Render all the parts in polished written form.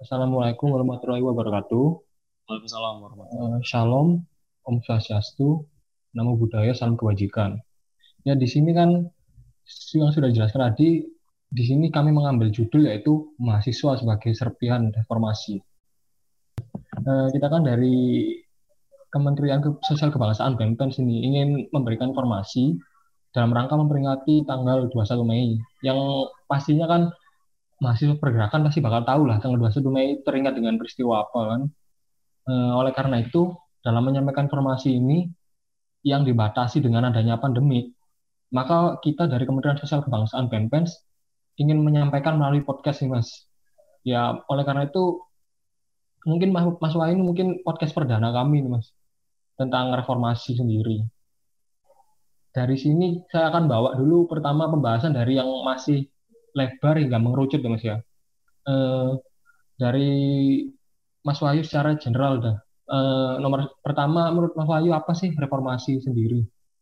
Assalamualaikum warahmatullahi wabarakatuh. Waalaikumsalam warahmatullahi wabarakatuh. Shalom, Om Swastiastu, Namo Buddhaya, Salam Kebajikan. Ya di sini kan yang sudah dijelaskan tadi, di sini kami mengambil judul yaitu mahasiswa sebagai serpihan reformasi. Kita kan dari Kementerian Sosial Kebangsaan BEMPEN sini ingin memberikan informasi dalam rangka memperingati tanggal 21 Mei yang pastinya kan mahasiswa pergerakan pasti bakal tahu lah tanggal 21 Mei teringat dengan peristiwa apa kan. Oleh karena itu, dalam menyampaikan informasi ini yang dibatasi dengan adanya pandemi, maka kita dari Kementerian Sosial Kebangsaan BEMPEN ingin menyampaikan melalui podcast nih Mas. Ya, oleh karena itu mungkin Mas Wahyu ini mungkin podcast perdana kami nih Mas tentang reformasi sendiri. Dari sini saya akan bawa dulu pertama pembahasan dari yang masih lebar hingga mengerucut ya Mas ya. Eh, dari Mas Wahyu secara general dah. Nomor pertama menurut Mas Wahyu apa sih reformasi sendiri?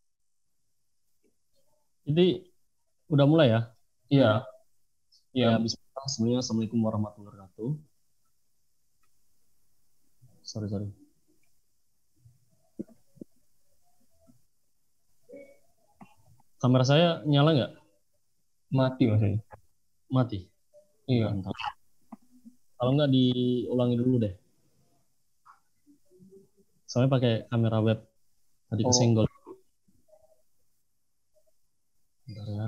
Jadi udah mulai ya? Iya, iya. Ya, bismillah. Semuanya Assalamualaikum warahmatullahi wabarakatuh. Sorry. Kamera saya nyala nggak? Mati Mas Wahyu. Mati. Iya. Mantap. Kalau nggak diulangi dulu deh. Soalnya pakai kamera web. Tadi Oh, kesenggol. Bentar ya.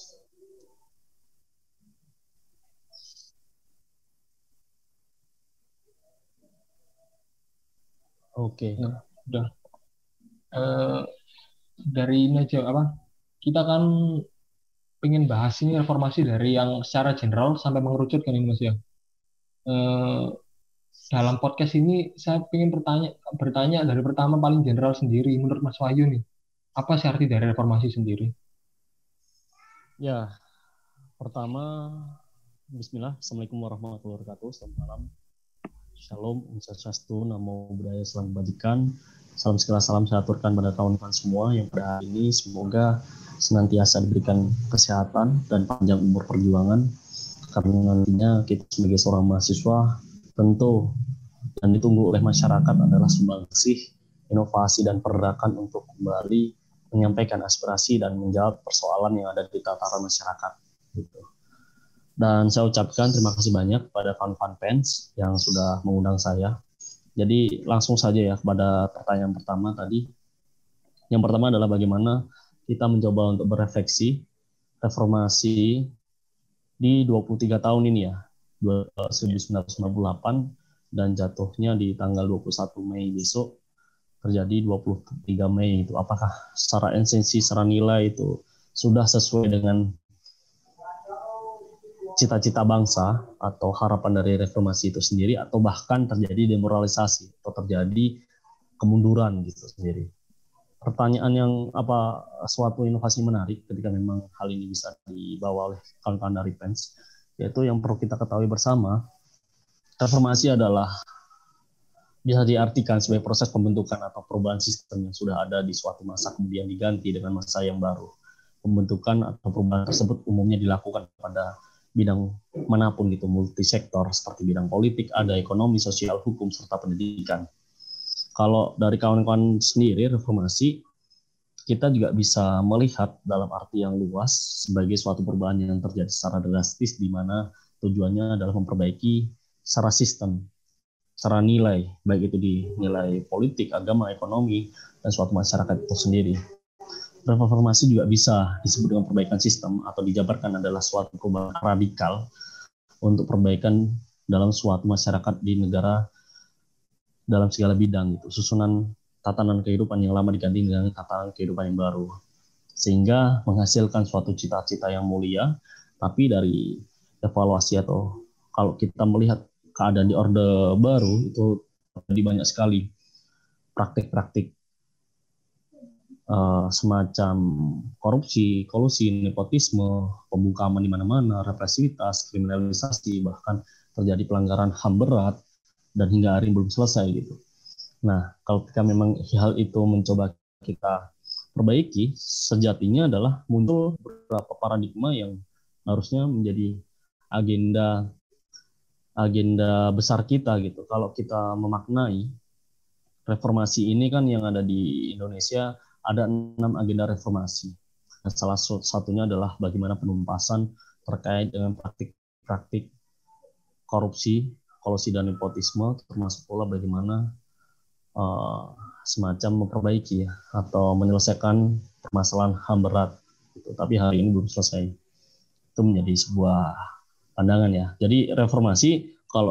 Oke. nah, udah. Eh, dari ini aja apa? Kita kan ingin bahas ini reformasi dari yang secara general sampai mengerucut kan ini Mas ya. Eh, dalam podcast ini saya ingin bertanya dari pertama paling general sendiri menurut Mas Wahyu nih. Apa sih arti dari reformasi sendiri? Ya, pertama bismillah. Assalamualaikum warahmatullahi wabarakatuh. Selamat malam. Shalom, Om Swastiastu, Namo Buddhaya, Salam Kebajikan. Salam segala salam saya aturkan pada kawan-kawan semua yang pada hari ini semoga senantiasa diberikan kesehatan dan panjang umur perjuangan karena nantinya kita sebagai seorang mahasiswa tentu dan ditunggu oleh masyarakat adalah sumbangsih, inovasi dan pergerakan untuk kembali menyampaikan aspirasi dan menjawab persoalan yang ada di tataran masyarakat. Gitu. Dan saya ucapkan terima kasih banyak kepada kawan-kawan fans yang sudah mengundang saya. Jadi langsung saja ya kepada pertanyaan pertama tadi. Yang pertama adalah bagaimana kita mencoba untuk berefleksi reformasi di 23 tahun ini ya, 1998 dan jatuhnya di tanggal 21 Mei besok terjadi 23 Mei itu. Apakah secara esensi, secara nilai itu sudah sesuai dengan cita-cita bangsa atau harapan dari reformasi itu sendiri atau bahkan terjadi demoralisasi atau terjadi kemunduran gitu sendiri. Pertanyaan yang apa suatu inovasi menarik ketika memang hal ini bisa dibawa oleh kawan-kawan dari PENS, yaitu yang perlu kita ketahui bersama, reformasi adalah bisa diartikan sebagai proses pembentukan atau perubahan sistem yang sudah ada di suatu masa kemudian diganti dengan masa yang baru. Pembentukan atau perubahan tersebut umumnya dilakukan pada bidang manapun gitu, multisektor seperti bidang politik, ada ekonomi, sosial, hukum, serta pendidikan. Kalau dari kawan-kawan sendiri, reformasi kita juga bisa melihat dalam arti yang luas sebagai suatu perubahan yang terjadi secara drastis di mana tujuannya adalah memperbaiki secara sistem, secara nilai, baik itu di nilai politik, agama, ekonomi, dan suatu masyarakat itu sendiri. Reformasi juga bisa disebut dengan perbaikan sistem atau dijabarkan adalah suatu perubahan radikal untuk perbaikan dalam suatu masyarakat di negara dalam segala bidang gitu. Susunan tatanan kehidupan yang lama diganti dengan tatanan kehidupan yang baru. Sehingga menghasilkan suatu cita-cita yang mulia, tapi dari evaluasi atau kalau kita melihat keadaan di Orde Baru itu terjadi banyak sekali praktik-praktik semacam korupsi, kolusi, nepotisme, pembungkaman di mana-mana, represivitas, kriminalisasi, bahkan terjadi pelanggaran HAM berat dan hingga hari ini belum selesai gitu. Nah, kalau kita memang hal itu mencoba kita perbaiki, sejatinya adalah muncul beberapa paradigma yang harusnya menjadi agenda agenda besar kita gitu. Kalau kita memaknai reformasi ini kan yang ada di Indonesia ada 6 agenda reformasi. Nah, salah satunya adalah bagaimana penumpasan terkait dengan praktik-praktik korupsi, kolusi dan nepotisme, termasuk pula bagaimana uh, semacam memperbaiki ya, atau menyelesaikan permasalahan HAM berat. Gitu. Tapi hari ini belum selesai. Itu menjadi sebuah pandangan ya. Jadi reformasi kalau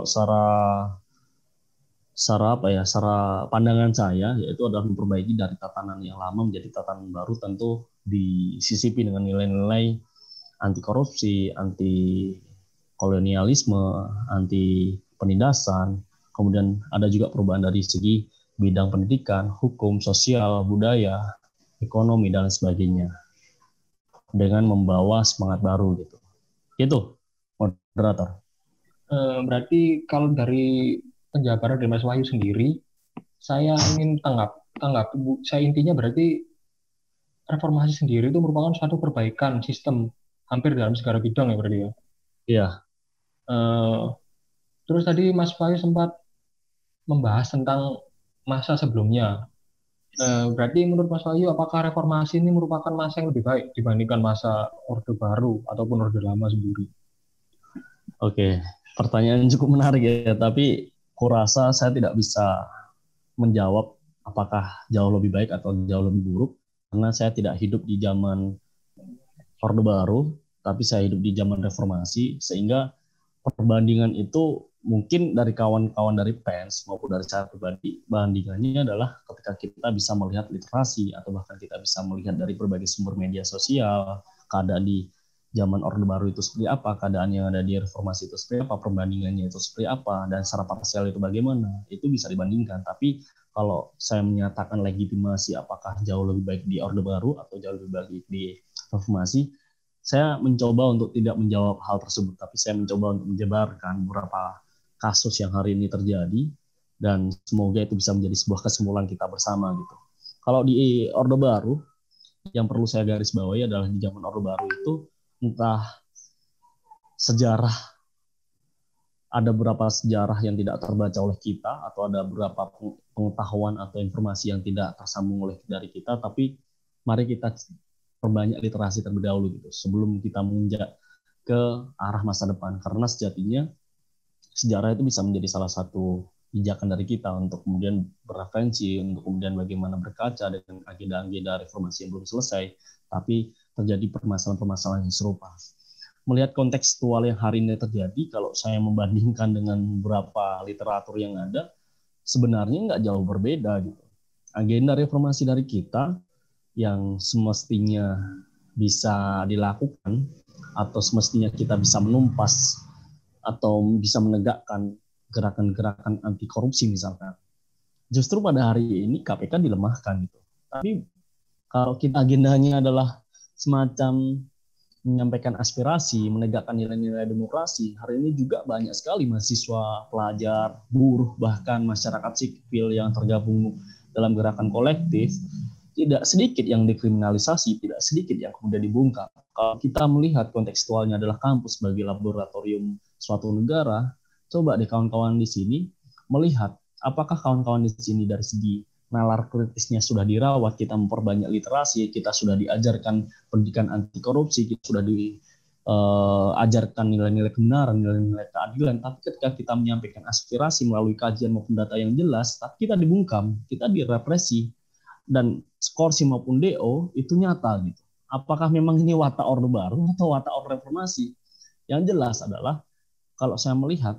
secara pandangan saya yaitu adalah memperbaiki dari tatanan yang lama menjadi tatanan baru, tentu disisipi dengan nilai-nilai anti korupsi, anti kolonialisme, anti penindasan. Kemudian ada juga perubahan dari segi bidang pendidikan, hukum, sosial, budaya, ekonomi dan sebagainya dengan membawa semangat baru gitu. Itu moderator. Berarti kalau dari penjabaran dari Mas Wahyu sendiri, saya ingin tanggap. Saya intinya berarti reformasi sendiri itu merupakan suatu perbaikan sistem hampir dalam segala bidang ya berarti ya. Iya, Eh, Terus tadi Mas Wahyu sempat membahas tentang masa sebelumnya. Berarti menurut Mas Wahyu, apakah reformasi ini merupakan masa yang lebih baik dibandingkan masa Orde Baru ataupun Orde Lama sendiri? oke. Pertanyaan cukup menarik ya, tapi kurasa saya tidak bisa menjawab apakah jauh lebih baik atau jauh lebih buruk karena saya tidak hidup di zaman Orde Baru, tapi saya hidup di zaman reformasi, sehingga perbandingan itu mungkin dari kawan-kawan dari PENS maupun dari saya pribadi, bandingannya adalah ketika kita bisa melihat literasi atau bahkan kita bisa melihat dari berbagai sumber media sosial, keadaan di zaman Orde Baru itu seperti apa, keadaan yang ada di reformasi itu seperti apa, perbandingannya itu seperti apa, dan secara parsial itu bagaimana, itu bisa dibandingkan. Tapi kalau saya menyatakan legitimasi apakah jauh lebih baik di Orde Baru atau jauh lebih baik di reformasi, saya mencoba untuk tidak menjawab hal tersebut, tapi saya mencoba untuk menjabarkan beberapa kasus yang hari ini terjadi dan semoga itu bisa menjadi sebuah kesimpulan kita bersama gitu. Kalau di Orde Baru, yang perlu saya garis bawahi adalah di zaman Orde Baru itu entah sejarah ada beberapa sejarah yang tidak terbaca oleh kita atau ada beberapa pengetahuan atau informasi yang tidak tersambung oleh dari kita, tapi mari kita perbanyak literasi terlebih dahulu gitu sebelum kita menginjak ke arah masa depan, karena sejatinya sejarah itu bisa menjadi salah satu pijakan dari kita untuk kemudian bereferensi, untuk kemudian bagaimana berkaca dengan agenda-agenda reformasi yang belum selesai tapi terjadi permasalahan-permasalahan yang serupa. Melihat kontekstual yang hari ini terjadi, kalau saya membandingkan dengan beberapa literatur yang ada, sebenarnya nggak jauh berbeda gitu. Agenda reformasi dari kita yang semestinya bisa dilakukan atau semestinya kita bisa menumpas atau bisa menegakkan gerakan-gerakan anti korupsi misalkan. Justru pada hari ini KPK dilemahkan gitu. Tapi kalau kita agendanya adalah semacam menyampaikan aspirasi, menegakkan nilai-nilai demokrasi, hari ini juga banyak sekali mahasiswa, pelajar, buruh, bahkan masyarakat sipil yang tergabung dalam gerakan kolektif, tidak sedikit yang dikriminalisasi, tidak sedikit yang kemudian dibungkam. Kalau kita melihat kontekstualnya adalah kampus sebagai laboratorium suatu negara, coba deh kawan-kawan di sini melihat apakah kawan-kawan di sini dari segi nalar kritisnya sudah dirawat, kita memperbanyak literasi, kita sudah diajarkan pendidikan anti korupsi, kita sudah diajarkan nilai-nilai kebenaran, nilai-nilai keadilan. Tapi ketika kita menyampaikan aspirasi melalui kajian maupun data yang jelas, tapi kita dibungkam, kita direpresi, dan skorsi maupun DO itu nyata gitu. Apakah memang ini watak Orde Baru atau watak Orde Reformasi? Yang jelas adalah kalau saya melihat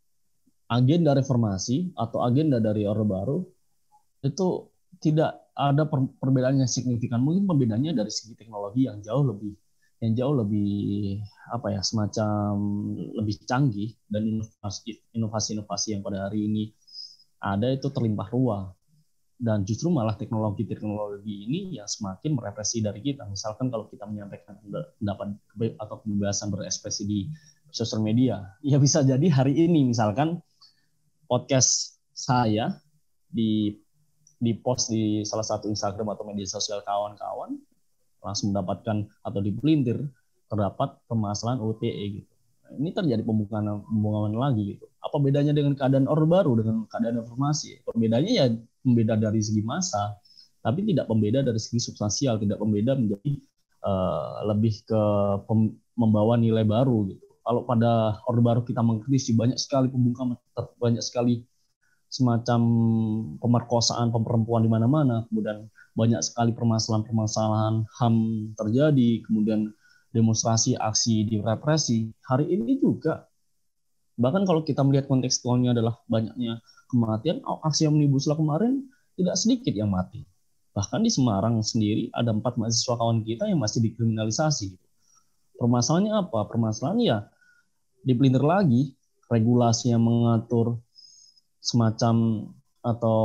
agenda reformasi atau agenda dari Orde Baru itu tidak ada perbedaan yang signifikan. Mungkin perbedaannya dari segi teknologi yang jauh lebih apa ya, semacam lebih canggih, dan inovasi-inovasi yang pada hari ini ada itu terlimpah ruah, dan justru malah teknologi-teknologi ini yang semakin merepresi dari kita. Misalkan kalau kita menyampaikan pendapat atau kebebasan berekspresi di sosial media, ya bisa jadi hari ini misalkan podcast saya di post di salah satu Instagram atau media sosial kawan-kawan, langsung mendapatkan atau dipelintir terdapat permasalahan UTE gitu. Ini terjadi pembungkaman lagi gitu. Apa bedanya dengan keadaan Orde Baru dengan keadaan reformasi? Perbedaannya ya pembeda dari segi massa, tapi tidak pembeda dari segi substansial, tidak pembeda menjadi lebih ke membawa nilai baru gitu. Kalau pada Orde Baru kita mengkritisi banyak sekali pembungkaman, banyak sekali semacam pemerkosaan perempuan di mana-mana, kemudian banyak sekali permasalahan-permasalahan HAM terjadi, kemudian demonstrasi, aksi direpresi. Hari ini juga, bahkan kalau kita melihat kontekstualnya adalah banyaknya kematian, aksi Omnibus Law kemarin tidak sedikit yang mati. Bahkan di Semarang sendiri ada 4 mahasiswa kawan kita yang masih dikriminalisasi. Permasalahannya apa? Permasalahannya ya dipelintir lagi regulasi yang mengatur semacam atau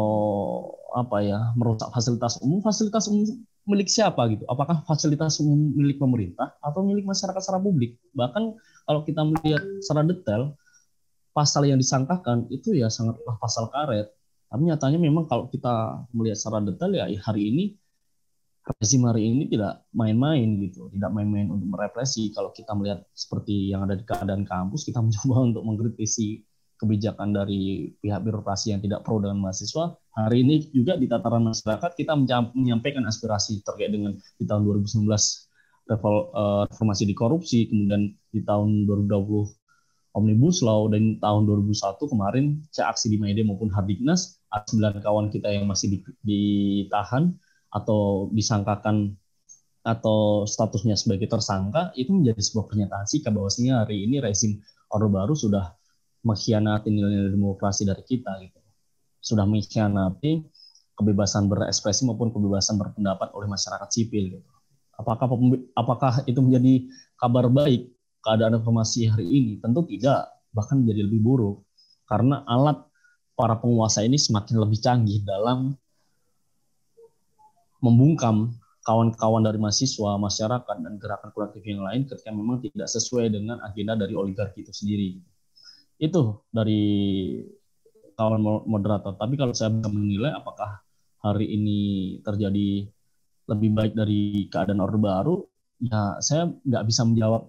apa ya, merusak fasilitas umum milik siapa gitu? Apakah fasilitas umum milik pemerintah atau milik masyarakat secara publik? Bahkan kalau kita melihat secara detail, pasal yang disangkakan itu ya sangatlah pasal karet. Tapi nyatanya memang kalau kita melihat secara detail ya hari ini rezim hari ini tidak main-main gitu, tidak main-main untuk merepresi. Kalau kita melihat seperti yang ada di keadaan kampus, kita mencoba untuk mengkritisi kebijakan dari pihak birokrasi yang tidak pro dengan mahasiswa. Hari ini juga di tataran masyarakat kita menyampaikan aspirasi terkait dengan di tahun 2019 reformasi di korupsi, kemudian di tahun 2020 Omnibus Law, dan tahun 2001 kemarin saya aksi di Maide maupun Hardiknas, ada 9 kawan kita yang masih ditahan atau disangkakan atau statusnya sebagai tersangka. Itu menjadi sebuah pernyataan sikap bahwasanya hari ini rezim Orde Baru sudah mengkhianati nilai-nilai demokrasi dari kita gitu. Sudah mengkhianati kebebasan berekspresi maupun kebebasan berpendapat oleh masyarakat sipil gitu. Apakah itu menjadi kabar baik keadaan reformasi hari ini? Tentu tidak, bahkan menjadi lebih buruk karena alat para penguasa ini semakin lebih canggih dalam membungkam kawan-kawan dari mahasiswa, masyarakat, dan gerakan kolektif yang lain ketika memang tidak sesuai dengan agenda dari oligarki itu sendiri. Itu dari kawan moderator. Tapi kalau saya bisa menilai apakah hari ini terjadi lebih baik dari keadaan Orde Baru, ya saya nggak bisa menjawab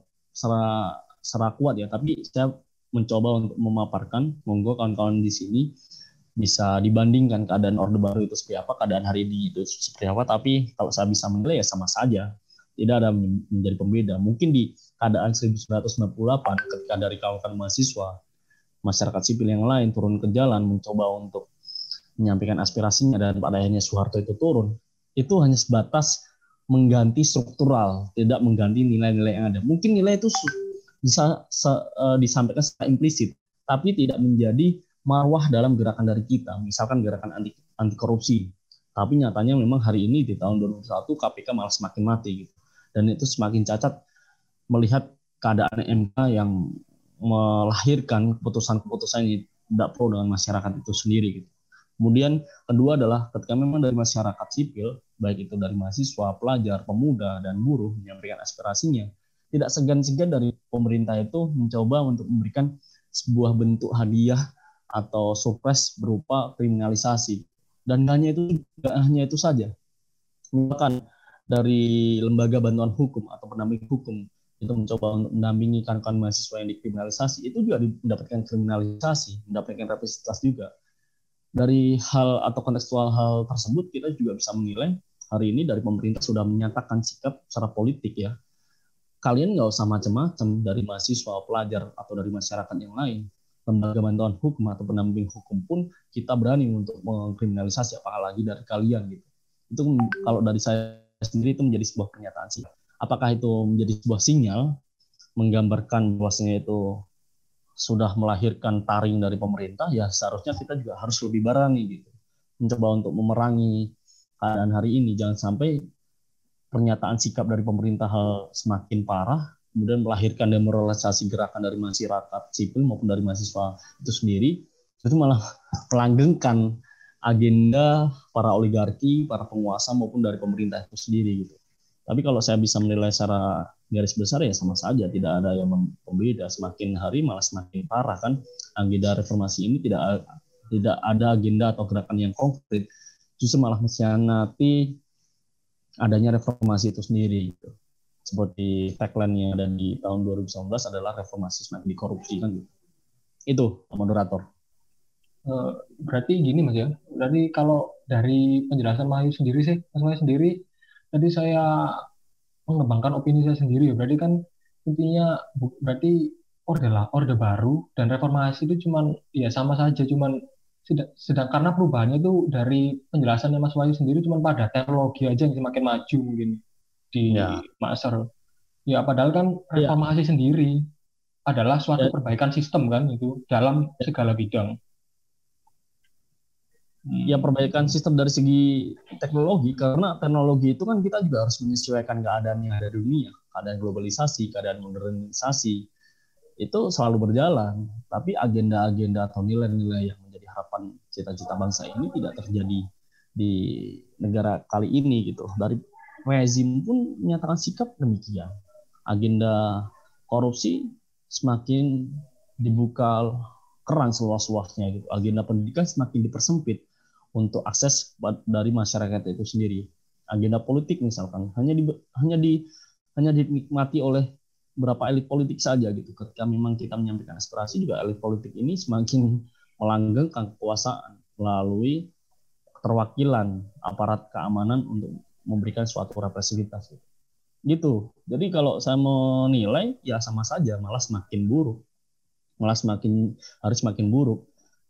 secara kuat ya. Tapi saya mencoba untuk memaparkan, monggo kawan-kawan di sini bisa dibandingkan keadaan Orde Baru itu seperti apa, keadaan hari ini itu seperti apa. Tapi kalau saya bisa menilai ya sama saja, tidak ada menjadi pembeda. Mungkin di keadaan 1998 ketika dari kawan-kawan mahasiswa, masyarakat sipil yang lain turun ke jalan mencoba untuk menyampaikan aspirasinya dan pada akhirnya Soeharto itu turun, itu hanya sebatas mengganti struktural, tidak mengganti nilai-nilai yang ada. Mungkin nilai itu bisa disampaikan secara implisit, tapi tidak menjadi marwah dalam gerakan dari kita, misalkan gerakan anti korupsi. Tapi nyatanya memang hari ini di tahun 2021 KPK malah semakin mati gitu. Dan itu semakin cacat melihat keadaan MK yang melahirkan keputusan-keputusan yang tidak pro dengan masyarakat itu sendiri gitu. Kemudian kedua adalah ketika memang dari masyarakat sipil, baik itu dari mahasiswa, pelajar, pemuda, dan buruh menyampaikan aspirasinya, tidak segan-segan dari pemerintah itu mencoba untuk memberikan sebuah bentuk hadiah atau surprise berupa kriminalisasi. Dan nggak hanya itu saja. Misalkan dari lembaga bantuan hukum atau pendamping hukum itu mencoba untuk mendampingi kawan-kawan mahasiswa yang dikriminalisasi, itu juga mendapatkan kriminalisasi, mendapatkan represitas juga. Dari hal atau kontekstual hal tersebut, kita juga bisa menilai hari ini dari pemerintah sudah menyatakan sikap secara politik ya. Kalian nggak usah macam-macam dari mahasiswa, pelajar, atau dari masyarakat yang lain. Lembaga bantuan hukum atau pendamping hukum pun kita berani untuk mengkriminalisasi, apalagi dari kalian gitu. Itu kalau dari saya sendiri itu menjadi sebuah pernyataan sih. Apakah itu menjadi sebuah sinyal menggambarkan bahwasanya itu sudah melahirkan taring dari pemerintah? Ya seharusnya kita juga harus lebih berani gitu, mencoba untuk memerangi keadaan hari ini. Jangan sampai pernyataan sikap dari pemerintah semakin parah, kemudian melahirkan demoralisasi gerakan dari masyarakat sipil maupun dari mahasiswa itu sendiri, itu malah melanggengkan agenda para oligarki, para penguasa maupun dari pemerintah itu sendiri gitu. Tapi kalau saya bisa menilai secara garis besar ya sama saja, tidak ada yang membeda. Semakin hari malah semakin parah kan. Agenda reformasi ini tidak ada agenda atau gerakan yang konkret, justru malah mengkhianati adanya reformasi itu sendiri gitu. seperti tagline-nya dan di tahun 2019 adalah reformasi semakin dikorupsi kan gitu. Itu moderator. Berarti gini Mas ya. Berarti kalau dari penjelasan Wahyu sendiri sih, Mas Wahyu sendiri, tadi saya mengembangkan opini saya sendiri ya. Berarti kan intinya berarti orde baru dan reformasi itu cuman ya sama saja, cuman sedang karena perubahannya itu dari penjelasannya Mas Wahyu sendiri cuman pada teknologi aja yang semakin maju mungkin di Ya, Maser. Ya padahal kan ya, reformasi sendiri adalah suatu ya, perbaikan sistem kan itu dalam segala bidang. ya Hmm. perbaikan sistem dari segi teknologi, karena teknologi itu kan kita juga harus menyesuaikan keadaan yang ada di dunia, keadaan globalisasi, keadaan modernisasi, itu selalu berjalan. Tapi agenda-agenda atau nilai-nilai yang menjadi harapan cita-cita bangsa ini tidak terjadi di negara kali ini gitu. Dari rezim pun menyatakan sikap demikian. Agenda korupsi semakin dibuka keran seluas-luasnya gitu. Agenda pendidikan semakin dipersempit untuk akses dari masyarakat itu sendiri. Agenda politik misalkan hanya dinikmati oleh beberapa elit politik saja gitu. Ketika memang kita menyampaikan aspirasi juga elit politik ini semakin melanggengkan kekuasaan melalui keterwakilan aparat keamanan untuk memberikan suatu representasi gitu. Jadi kalau saya mau nilai ya sama saja, malah semakin buruk, malah semakin harus semakin buruk.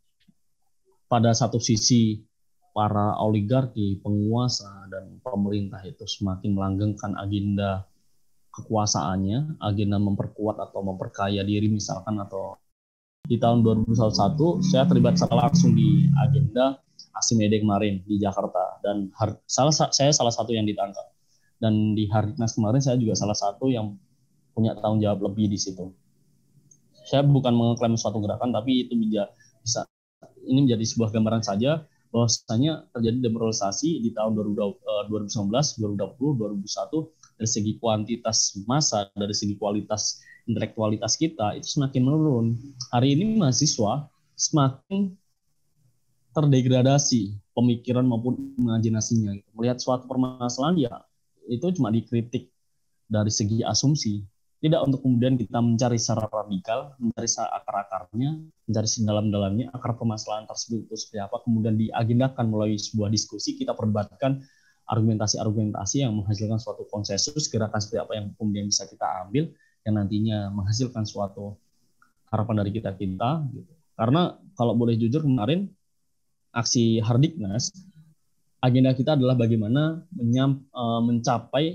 Pada satu sisi para oligarki, penguasa dan pemerintah itu semakin melanggengkan agenda kekuasaannya, agenda memperkuat atau memperkaya diri misalkan, atau di tahun 2021 saya terlibat secara langsung di agenda aksi May Day kemarin di Jakarta dan saya salah satu yang ditangkap, dan di Harnas kemarin saya juga salah satu yang punya tanggung jawab lebih di situ. Saya bukan mengklaim suatu gerakan, tapi itu bisa ini menjadi sebuah gambaran saja bahwasanya terjadi demoralisasi di tahun 2019, 2020, 2021 dari segi kuantitas massa, dari segi kualitas intelektualitas kita itu semakin menurun. Hari ini mahasiswa semakin terdegradasi pemikiran maupun imajinasinya. Melihat suatu permasalahan ya itu cuma dikritik dari segi asumsi, tidak untuk kemudian kita mencari secara radikal, mencari akar-akarnya, mencari sedalam-dalamnya akar permasalahan tersebut itu seperti apa, kemudian diagendakan melalui sebuah diskusi, kita perdebatkan argumentasi-argumentasi yang menghasilkan suatu konsensus, gerakan seperti apa yang kemudian bisa kita ambil, yang nantinya menghasilkan suatu harapan dari kita gitu. Karena kalau boleh jujur, kemarin aksi Hardiknas, agenda kita adalah bagaimana mencapai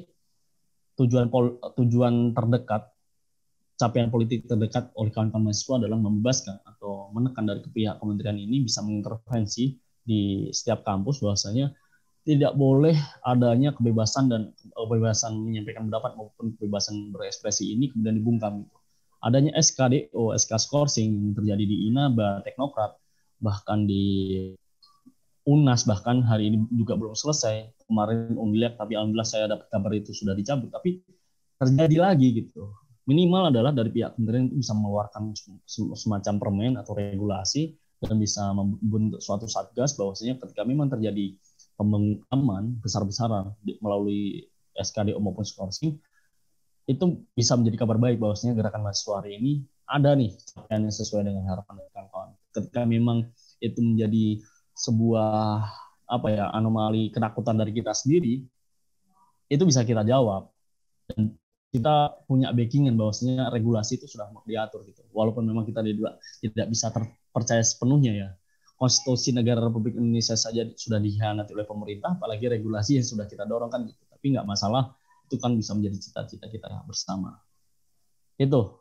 tujuan terdekat, capaian politik terdekat oleh kawan-kawan mahasiswa adalah membebaskan atau menekan dari pihak kementerian ini bisa mengintervensi di setiap kampus bahwasanya tidak boleh adanya kebebasan menyampaikan pendapat maupun kebebasan berekspresi ini kemudian dibungkam. Adanya SKDO, SK Skorsing yang terjadi di INABA, Teknokrat, bahkan di UNAS, bahkan hari ini juga belum selesai. Kemarin Unilab, tapi alhamdulillah saya dapat kabar itu sudah dicabut. Tapi terjadi lagi gitu. Minimal adalah dari pihak kementerian itu bisa mengeluarkan semacam permen atau regulasi dan bisa membentuk suatu satgas bahwasanya ketika memang terjadi pembungkaman besar-besaran melalui SKDO maupun skorsing, itu bisa menjadi kabar baik bahwasanya gerakan mahasiswa hari ini ada nih capaian yang sesuai dengan harapan kawan-kawan. Ketika memang itu menjadi sebuah anomali ketakutan dari kita sendiri, itu bisa kita jawab dan kita punya backingan bahwasanya regulasi itu sudah diatur gitu. Walaupun memang kita tidak bisa terpercaya sepenuhnya ya. Konstitusi negara Republik Indonesia saja sudah dikhianati oleh pemerintah, apalagi regulasi yang sudah kita dorong kan gitu. Tapi nggak masalah, itu kan bisa menjadi cita-cita kita bersama. Itu.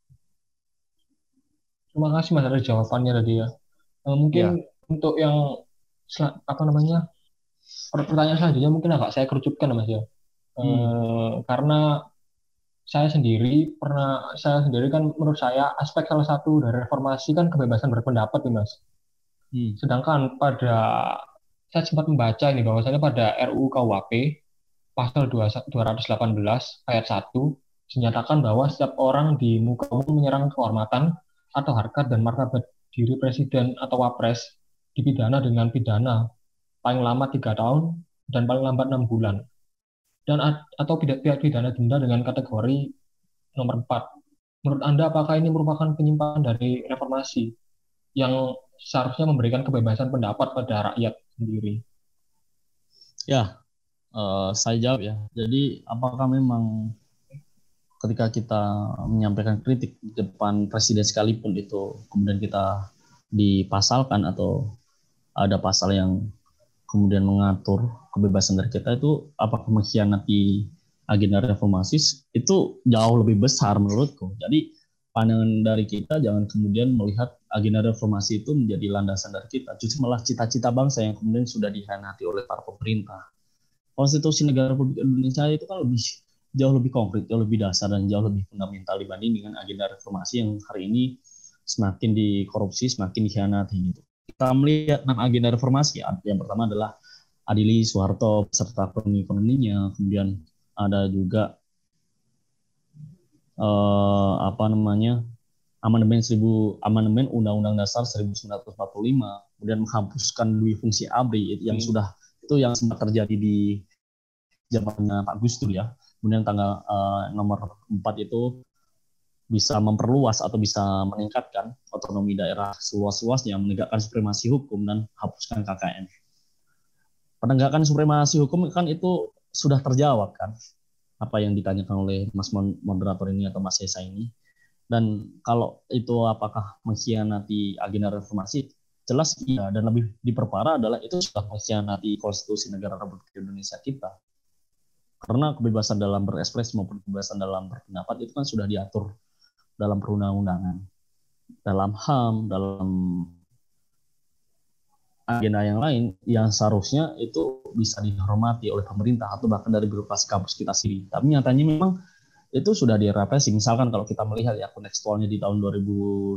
Terima kasih Mas atas jawabannya tadi ya. Mungkin Ya. untuk yang apa namanya pertanyaan selanjutnya mungkin agak saya kerucutkan Mas ya. Hmm. Karena saya sendiri kan menurut saya aspek salah satu dari reformasi kan kebebasan berpendapat nih Mas. Hmm. Sedangkan saya sempat membaca ini bahwasanya pada RUU KUHP pasal 218 ayat 1 dinyatakan bahwa setiap orang di muka umum menyerang kehormatan atau harkat dan martabat diri presiden atau wapres dipidana dengan pidana paling lama 3 tahun dan paling lambat 6 bulan. atau pihak pidana denda dengan kategori nomor 4. Menurut Anda, apakah ini merupakan penyimpangan dari reformasi yang seharusnya memberikan kebebasan pendapat pada rakyat sendiri? Ya, saya jawab ya. Jadi apakah memang ketika kita menyampaikan kritik di depan presiden sekalipun itu kemudian kita dipasalkan atau ada pasal yang kemudian mengatur kebebasan dari kita, itu apakah mengkhianati agenda reformasi? Itu jauh lebih besar menurutku. Jadi pandangan dari kita jangan kemudian melihat agenda reformasi itu menjadi landasan dari kita, justru malah cita-cita bangsa yang kemudian sudah dikhianati oleh para pemerintah. Konstitusi Negara Republik Indonesia itu kan jauh lebih konkret, jauh lebih dasar, dan jauh lebih fundamental dibanding dengan agenda reformasi yang hari ini semakin dikorupsi, semakin dikhianati gitu. Kita melihat 6 agenda reformasi. Yang pertama adalah adili Soeharto beserta kroni-kroninya, kemudian ada juga amandemen Undang-Undang Dasar 1945, kemudian menghapuskan dui fungsi ABRI yang sempat terjadi di zamannya Pak Gus Dur ya. Kemudian tanggal nomor 4 itu bisa memperluas atau bisa meningkatkan otonomi daerah seluas-luasnya, menegakkan supremasi hukum dan hapuskan KKN. Penegakan supremasi hukum kan itu sudah terjawab kan, apa yang ditanyakan oleh Mas moderator ini atau Mas Esa ini. Dan kalau itu apakah mengkhianati agenda reformasi? Jelas iya, dan lebih diperparah adalah itu sudah mengkhianati konstitusi negara Republik Indonesia kita. Karena kebebasan dalam berekspresi maupun kebebasan dalam berpendapat itu kan sudah diatur dalam perundang-undangan, dalam HAM, dalam agenda yang lain yang seharusnya itu bisa dihormati oleh pemerintah atau bahkan dari birokrasi kampus kita sendiri. Tapi nyatanya memang itu sudah direpresi. Misalkan kalau kita melihat ya kontekstualnya di tahun 2019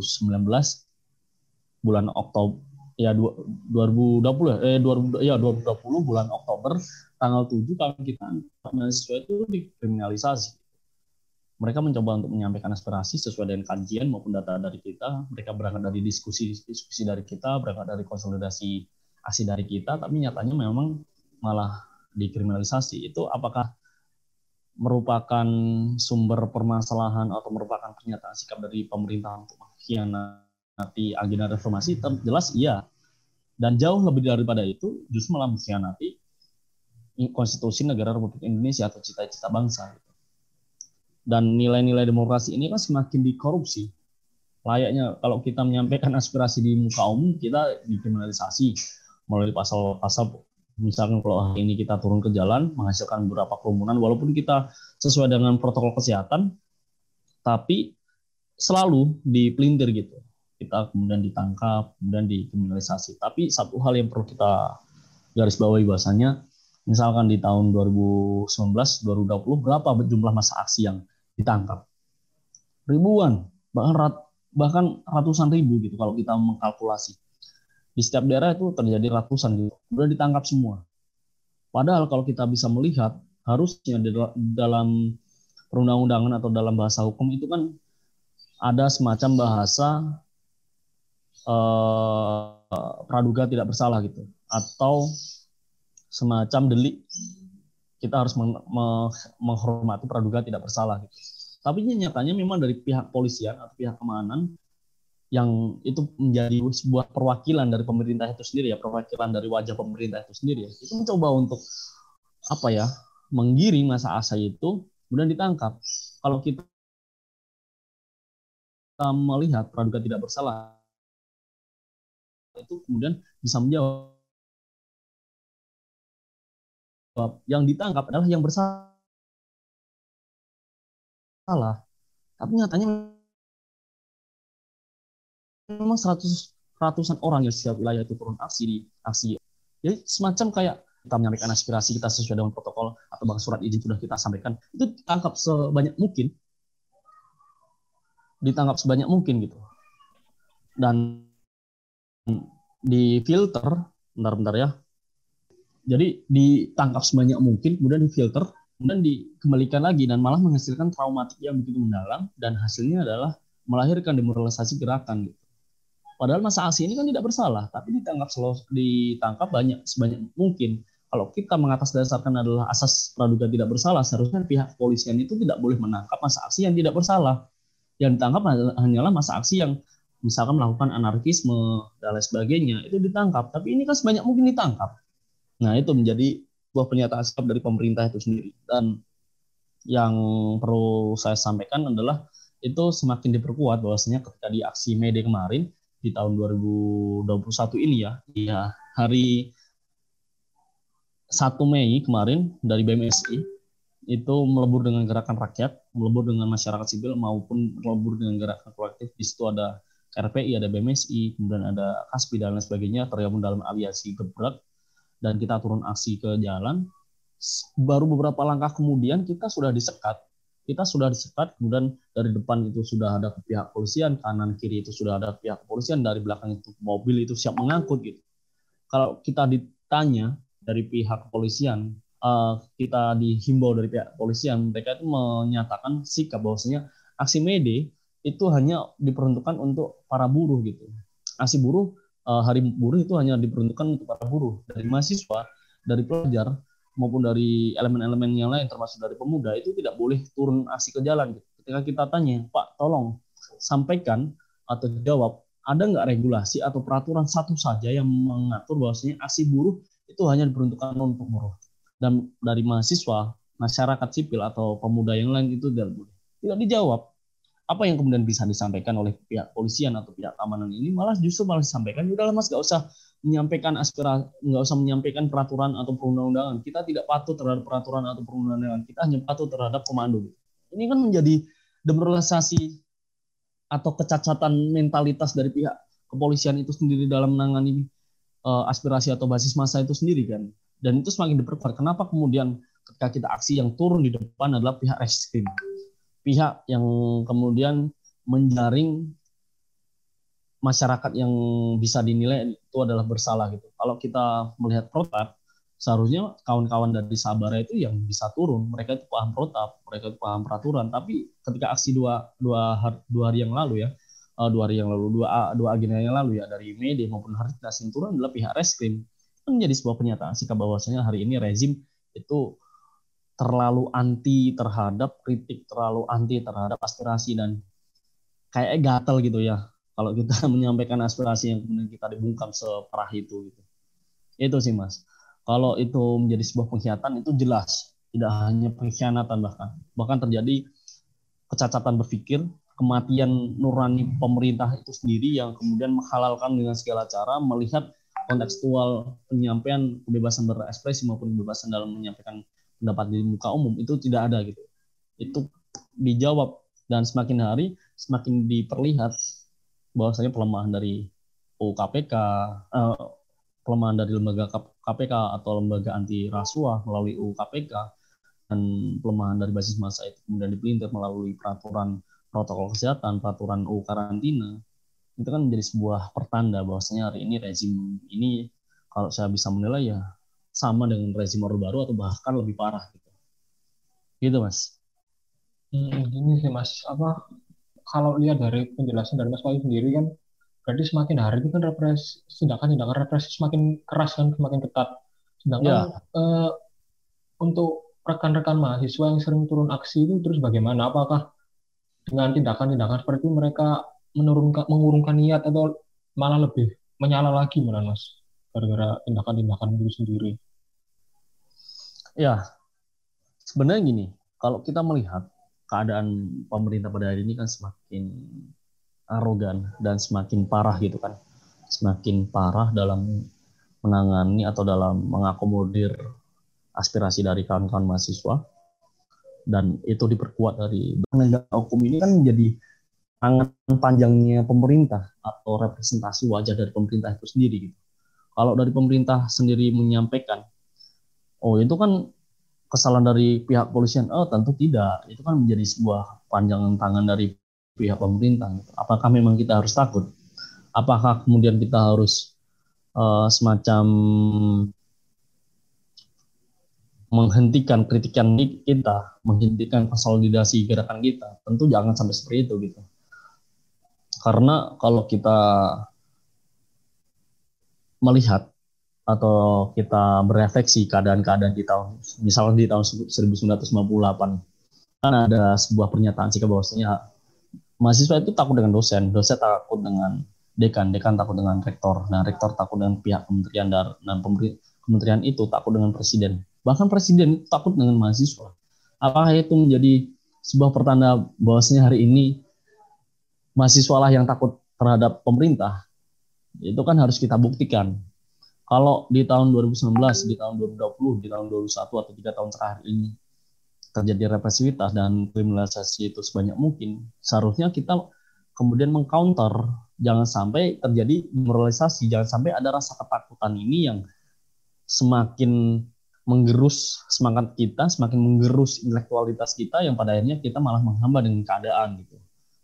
bulan Oktober ya 2020 bulan Oktober tanggal 7 kalau kita mahasiswa itu dikriminalisasi. Mereka mencoba untuk menyampaikan aspirasi sesuai dengan kajian maupun data dari kita. Mereka berangkat dari diskusi dari kita, berangkat dari konsolidasi aksi dari kita, tapi nyatanya memang malah dikriminalisasi. Itu apakah merupakan sumber permasalahan atau merupakan pernyataan sikap dari pemerintah untuk mengkhianati agenda reformasi? Jelas iya. Dan jauh lebih daripada itu, justru malah mengkhianati konstitusi negara Republik Indonesia atau cita-cita bangsa. Dan nilai-nilai demokrasi ini kan semakin dikorupsi. Layaknya kalau kita menyampaikan aspirasi di muka umum, kita dikriminalisasi melalui pasal-pasal. Misalkan kalau hari ini kita turun ke jalan, menghasilkan beberapa kerumunan, walaupun kita sesuai dengan protokol kesehatan, tapi selalu dipelintir gitu. Kita kemudian ditangkap, kemudian dikriminalisasi. Tapi satu hal yang perlu kita garis bawahi bahwasannya, misalkan di tahun 2019, 2020, berapa jumlah massa aksi yang ditangkap? Ribuan, bahkan ratusan ribu gitu kalau kita mengkalkulasi. Di setiap daerah itu terjadi ratusan gitu, kemudian ditangkap semua. Padahal kalau kita bisa melihat, harusnya dalam perundang-undangan atau dalam bahasa hukum itu kan ada semacam bahasa praduga tidak bersalah gitu, atau semacam delik kita harus menghormati praduga tidak bersalah gitu. Tapi nyatanya memang dari pihak polisian atau pihak keamanan yang itu menjadi sebuah perwakilan dari pemerintah itu sendiri ya, perwakilan dari wajah pemerintah itu sendiri ya, itu mencoba untuk menggiring massa aksi itu kemudian ditangkap. Kalau kita melihat praduga tidak bersalah itu kemudian bisa menjawab, yang ditangkap adalah yang bersalah. Tapi nyatanya memang ratusan orang yang setiap wilayah itu turun aksi. Jadi semacam kayak kita menyampaikan aspirasi kita sesuai dengan protokol atau bahkan surat izin sudah kita sampaikan, itu ditangkap sebanyak mungkin gitu. Dan difilter, bentar ya. Jadi ditangkap sebanyak mungkin, kemudian difilter, kemudian dikembalikan lagi dan malah menghasilkan traumatik yang begitu mendalam, dan hasilnya adalah melahirkan demoralisasi gerakan gitu. Padahal massa aksi ini kan tidak bersalah, tapi ditangkap sebanyak mungkin. Kalau kita mengatasdasarkan adalah asas praduga tidak bersalah, seharusnya pihak kepolisian itu tidak boleh menangkap massa aksi yang tidak bersalah. Yang ditangkap hanyalah massa aksi yang misalkan melakukan anarkisme dan lain sebagainya, itu ditangkap. Tapi ini kan sebanyak mungkin ditangkap. Nah, itu menjadi sebuah pernyataan sikap dari pemerintah itu sendiri. Dan yang perlu saya sampaikan adalah itu semakin diperkuat bahwasanya ketika di aksi May Day kemarin di tahun 2021 ini ya hari 1 Mei kemarin dari BMSI itu melebur dengan gerakan rakyat, melebur dengan masyarakat sipil maupun melebur dengan gerakan kolektif. Di situ ada RPI, ada BMSI, kemudian ada KASPI dan lain sebagainya tergabung dalam aliansi Gebrak, dan kita turun aksi ke jalan. Baru beberapa langkah kemudian kita sudah disekat. Kemudian dari depan itu sudah ada pihak kepolisian, kanan kiri itu sudah ada pihak kepolisian, dari belakang itu mobil itu siap mengangkut gitu. Kalau kita ditanya dari pihak kepolisian, kita dihimbau dari pihak kepolisian, mereka itu menyatakan sikap bahwasanya aksi May Day itu hanya diperuntukkan untuk para buruh gitu. Aksi buruh, hari buruh itu hanya diperuntukkan untuk para buruh, dari mahasiswa, dari pelajar, maupun dari elemen-elemen yang lain termasuk dari pemuda itu tidak boleh turun aksi ke jalan gitu. Ketika kita tanya, Pak, tolong sampaikan atau jawab, ada nggak regulasi atau peraturan satu saja yang mengatur bahwasanya aksi buruh itu hanya diperuntukkan untuk buruh, dan dari mahasiswa, masyarakat sipil atau pemuda yang lain itu tidak dijawab. Apa yang kemudian bisa disampaikan oleh pihak polisian atau pihak keamanan ini malah disampaikan, udahlah mas, nggak usah menyampaikan aspirasi, nggak usah menyampaikan peraturan atau perundang-undangan. Kita tidak patuh terhadap peraturan atau perundang-undangan. Kita hanya patuh terhadap komando. Ini kan menjadi demoralisasi atau kecacatan mentalitas dari pihak kepolisian itu sendiri dalam menangani aspirasi atau basis massa itu sendiri kan. Dan itu semakin diperkuat. Kenapa kemudian ketika kita aksi yang turun di depan adalah pihak reskrim, pihak yang kemudian menjaring masyarakat yang bisa dinilai itu adalah bersalah gitu. Kalau kita melihat protap, seharusnya kawan-kawan dari Sabara itu yang bisa turun. Mereka itu paham protap, mereka itu paham peraturan. Tapi ketika aksi dua hari yang lalu ya, dua agenda yang lalu ya, dari May Day maupun hari yang turun adalah pihak reskrim. Itu menjadi sebuah pernyataan sikap bahwasanya hari ini rezim itu terlalu anti terhadap kritik, terlalu anti terhadap aspirasi, dan kayak gatel gitu ya kalau kita menyampaikan aspirasi yang kemudian kita dibungkam separah itu gitu. Itu sih mas. Kalau itu menjadi sebuah pengkhianatan itu jelas, tidak hanya pengkhianatan, bahkan terjadi kecacatan berpikir, kematian nurani pemerintah itu sendiri yang kemudian menghalalkan dengan segala cara melihat kontekstual penyampaian kebebasan berekspresi maupun kebebasan dalam menyampaikan pendapat di muka umum itu tidak ada gitu. Itu dijawab, dan semakin hari semakin diperlihat bahwasanya pelemahan dari UU KPK, pelemahan dari lembaga KPK atau lembaga anti rasuah melalui UU KPK, dan pelemahan dari basis massa itu kemudian dipelintir melalui peraturan protokol kesehatan, peraturan UU karantina. Itu kan menjadi sebuah pertanda bahwasanya hari ini rezim ini kalau saya bisa menilai ya sama dengan rezim Orde Baru atau bahkan lebih parah gitu. Gitu mas. Gini sih mas, kalau lihat dari penjelasan dari Mas Wahyu sendiri kan, berarti semakin hari itu kan tindakan-tindakan represi semakin keras kan, semakin ketat. Sedangkan Ya, untuk rekan-rekan mahasiswa yang sering turun aksi itu terus bagaimana? Apakah dengan tindakan-tindakan seperti itu mereka mengurungkan niat atau malah lebih menyala lagi malah Mas, gara-gara tindakan-tindakan itu sendiri? ya. Sebenarnya gini, kalau kita melihat keadaan pemerintah pada hari ini kan semakin arogan dan semakin parah gitu kan. Semakin parah dalam menangani atau dalam mengakomodir aspirasi dari kawan-kawan mahasiswa, dan itu diperkuat dari penegak hukum ini kan menjadi tangan panjangnya pemerintah atau representasi wajah dari pemerintah itu sendiri gitu. Kalau dari pemerintah sendiri menyampaikan, oh itu kan kesalahan dari pihak polisian, oh tentu tidak, itu kan menjadi sebuah panjangan tangan dari pihak pemerintah. Apakah memang kita harus takut? Apakah kemudian kita harus semacam menghentikan kritikan kita, menghentikan konsolidasi gerakan kita? Tentu jangan sampai seperti itu gitu. Karena kalau kita melihat atau kita berefleksi keadaan-keadaan di tahun, misalnya di tahun 1998, kan ada sebuah pernyataan sikap bahwasanya mahasiswa itu takut dengan dosen, dosen takut dengan dekan, dekan takut dengan rektor, nah rektor takut dengan pihak kementerian, dan kementerian itu takut dengan presiden. Bahkan presiden itu takut dengan mahasiswa. Apakah itu menjadi sebuah pertanda bahwasanya hari ini mahasiswa lah yang takut terhadap pemerintah? Itu kan harus kita buktikan. Kalau di tahun 2019, di tahun 2020, di tahun 2021 atau 3 tahun terakhir ini terjadi represivitas dan kriminalisasi itu sebanyak mungkin, seharusnya kita kemudian mengcounter, jangan sampai terjadi demoralisasi, jangan sampai ada rasa ketakutan ini yang semakin menggerus semangat kita, semakin menggerus intelektualitas kita, yang pada akhirnya kita malah menghambat dengan keadaan gitu.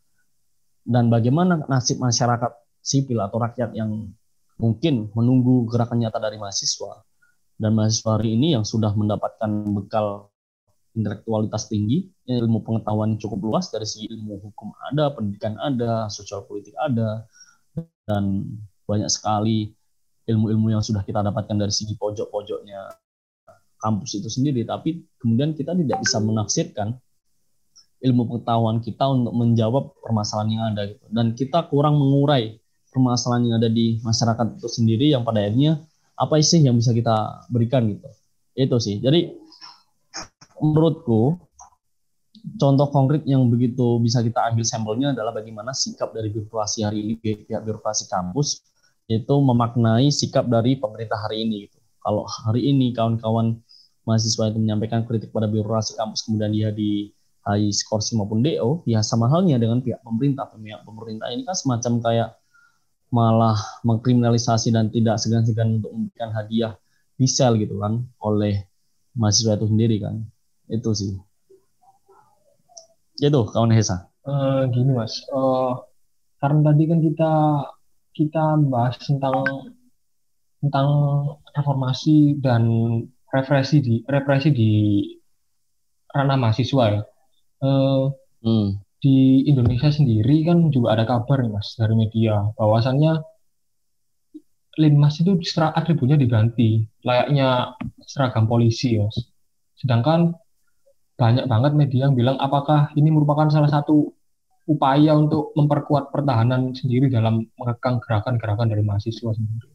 Dan bagaimana nasib masyarakat sipil atau rakyat yang mungkin menunggu gerakan nyata dari mahasiswa, dan mahasiswa hari ini yang sudah mendapatkan bekal intelektualitas tinggi, ilmu pengetahuan cukup luas dari segi ilmu hukum ada, pendidikan ada, sosial politik ada, dan banyak sekali ilmu-ilmu yang sudah kita dapatkan dari segi pojok-pojoknya kampus itu sendiri, tapi kemudian kita tidak bisa menafsirkan ilmu pengetahuan kita untuk menjawab permasalahan yang ada gitu. Dan kita kurang mengurai permasalahan yang ada di masyarakat itu sendiri, yang pada akhirnya apa sih yang bisa kita berikan gitu. Itu sih. Jadi menurutku contoh konkret yang begitu bisa kita ambil sampelnya adalah bagaimana sikap dari birokrasi hari ini, pihak birokrasi kampus itu memaknai sikap dari pemerintah hari ini gitu. Kalau hari ini kawan-kawan mahasiswa itu menyampaikan kritik pada birokrasi kampus, kemudian dia di HI Skorsi maupun DO, ya sama halnya dengan pihak pemerintah. Pihak pemerintah ini kan semacam kayak malah mengkriminalisasi dan tidak segan-segan untuk memberikan hadiah misal gitu kan oleh mahasiswa itu sendiri kan. Itu sih. Itu kawan Hesa. Gini Mas, karena tadi kan kita bahas tentang reformasi dan represi di ranah mahasiswa ya. Eh, di Indonesia sendiri kan juga ada kabar nih Mas dari media bahwasannya Linmas itu atributnya diganti layaknya seragam polisi ya. Sedangkan banyak banget media yang bilang apakah ini merupakan salah satu upaya untuk memperkuat pertahanan sendiri dalam mengekang gerakan-gerakan dari mahasiswa sendiri.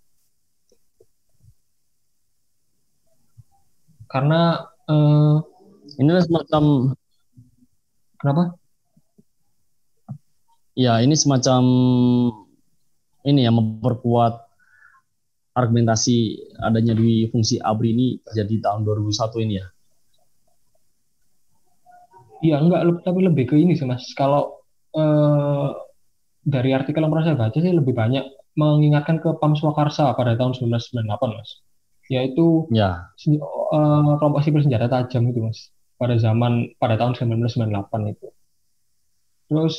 Karena ini semacam kenapa? Ya, ini semacam ini ya, memperkuat argumentasi adanya di fungsi ABRI ini terjadi tahun 2001 ini ya. Iya, enggak, tapi lebih ke ini sih Mas. Kalau dari artikel yang pernah saya baca sih lebih banyak mengingatkan ke PAM Swakarsa pada tahun 1998 Mas. Yaitu kelompok sipil senjata tajam itu Mas. Pada tahun 1998 itu. Terus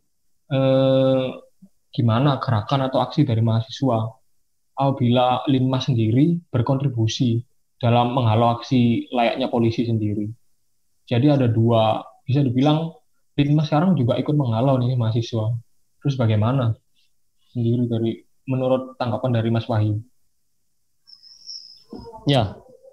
gimana gerakan atau aksi dari mahasiswa apabila Linmas sendiri berkontribusi dalam menghalau aksi layaknya polisi sendiri. Jadi ada dua, bisa dibilang Linmas sekarang juga ikut menghalau nih mahasiswa. Terus bagaimana sendiri menurut tanggapan dari Mas Wahyu? Ya,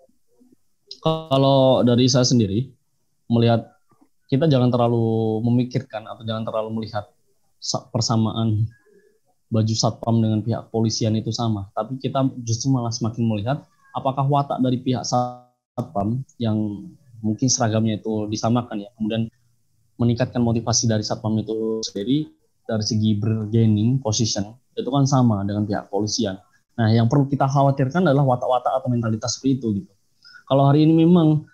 kalau dari saya sendiri melihat, kita jangan terlalu memikirkan atau jangan terlalu melihat persamaan baju satpam dengan pihak polisian itu sama, tapi kita justru malah semakin melihat apakah watak dari pihak satpam yang mungkin seragamnya itu disamakan ya, kemudian meningkatkan motivasi dari satpam itu sendiri dari segi bargaining position itu kan sama dengan pihak polisian. Nah, yang perlu kita khawatirkan adalah watak-watak atau mentalitas seperti itu gitu. Kalau hari ini memang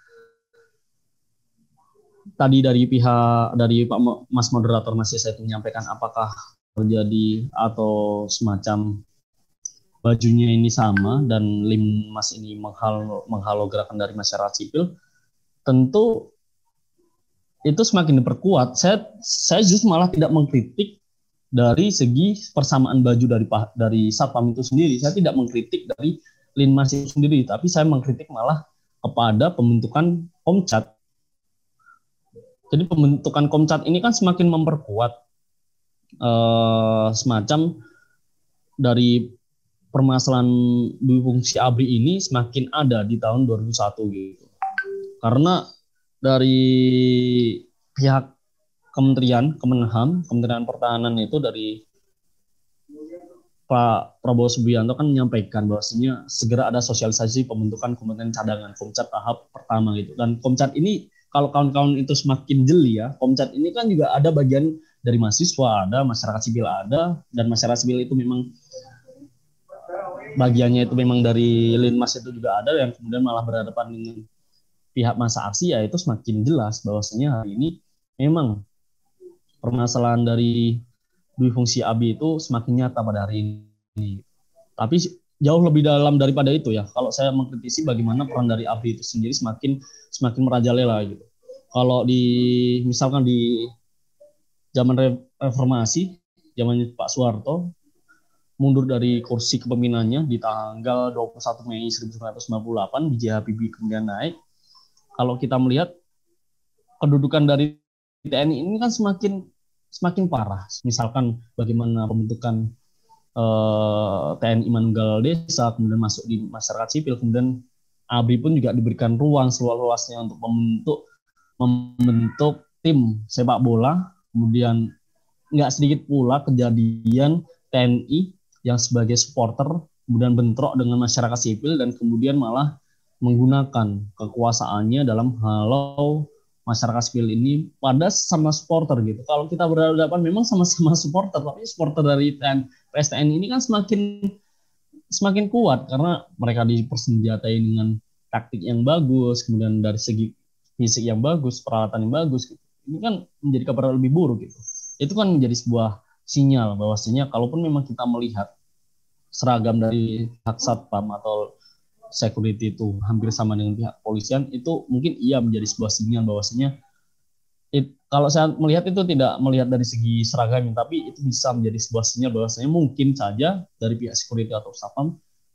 tadi dari Pak Mas Moderator Mas Yesa itu menyampaikan apakah terjadi atau semacam bajunya ini sama dan Linmas ini menghalau gerakan dari masyarakat sipil, tentu itu semakin diperkuat. Saya justru malah tidak mengkritik dari segi persamaan baju dari satpam itu sendiri. Saya tidak mengkritik dari Linmas itu sendiri, tapi saya mengkritik malah kepada pembentukan Komcat. Jadi pembentukan Komcat ini kan semakin memperkuat semacam dari permasalahan dui fungsi ABRI ini semakin ada di tahun 2001 gitu. Karena dari pihak Kemenhan, Kementerian Pertahanan itu dari Pak Prabowo Subianto kan menyampaikan bahwasanya segera ada sosialisasi pembentukan Komite Cadangan Komcat tahap pertama gitu. Dan Komcat ini kalau kawan-kawan itu semakin jeli ya, Komcat ini kan juga ada bagian dari mahasiswa, ada masyarakat sipil ada, dan masyarakat sipil itu memang bagiannya itu memang dari Linmas itu juga ada yang kemudian malah berhadapan dengan pihak masa aksi, ya itu semakin jelas bahwasanya hari ini memang permasalahan dari dui fungsi ABRI itu semakin nyata pada hari ini. Tapi jauh lebih dalam daripada itu ya. Kalau saya mengkritisi bagaimana peran dari ABRI itu sendiri semakin merajalela gitu. Kalau misalkan di zaman reformasi, zaman Pak Soeharto mundur dari kursi kepemimpinannya di tanggal 21 Mei 1998, B.J. Habibie kemudian naik. Kalau kita melihat kedudukan dari TNI ini kan semakin parah. Misalkan bagaimana pembentukan TNI Manunggal Desa, kemudian masuk di masyarakat sipil, kemudian ABRI pun juga diberikan ruang seluas-luasnya untuk membentuk tim sepak bola. Kemudian nggak sedikit pula kejadian TNI yang sebagai supporter kemudian bentrok dengan masyarakat sipil dan kemudian malah menggunakan kekuasaannya dalam halau masyarakat sipil ini pada sama supporter gitu. Kalau kita berhadapan memang sama-sama supporter, tapi supporter dari PSTN ini kan semakin kuat karena mereka dipersenjatai dengan taktik yang bagus, kemudian dari segi fisik yang bagus, peralatan yang bagus gitu. Ini kan menjadi kabar lebih buruk gitu. Itu kan menjadi sebuah sinyal bahwasanya kalaupun memang kita melihat seragam dari pihak Satpam atau security itu hampir sama dengan pihak polisian, itu mungkin iya menjadi sebuah sinyal bahwasanya kalau saya melihat itu tidak melihat dari segi seragam, tapi itu bisa menjadi sebuah sinyal bahwasanya mungkin saja dari pihak security atau Satpam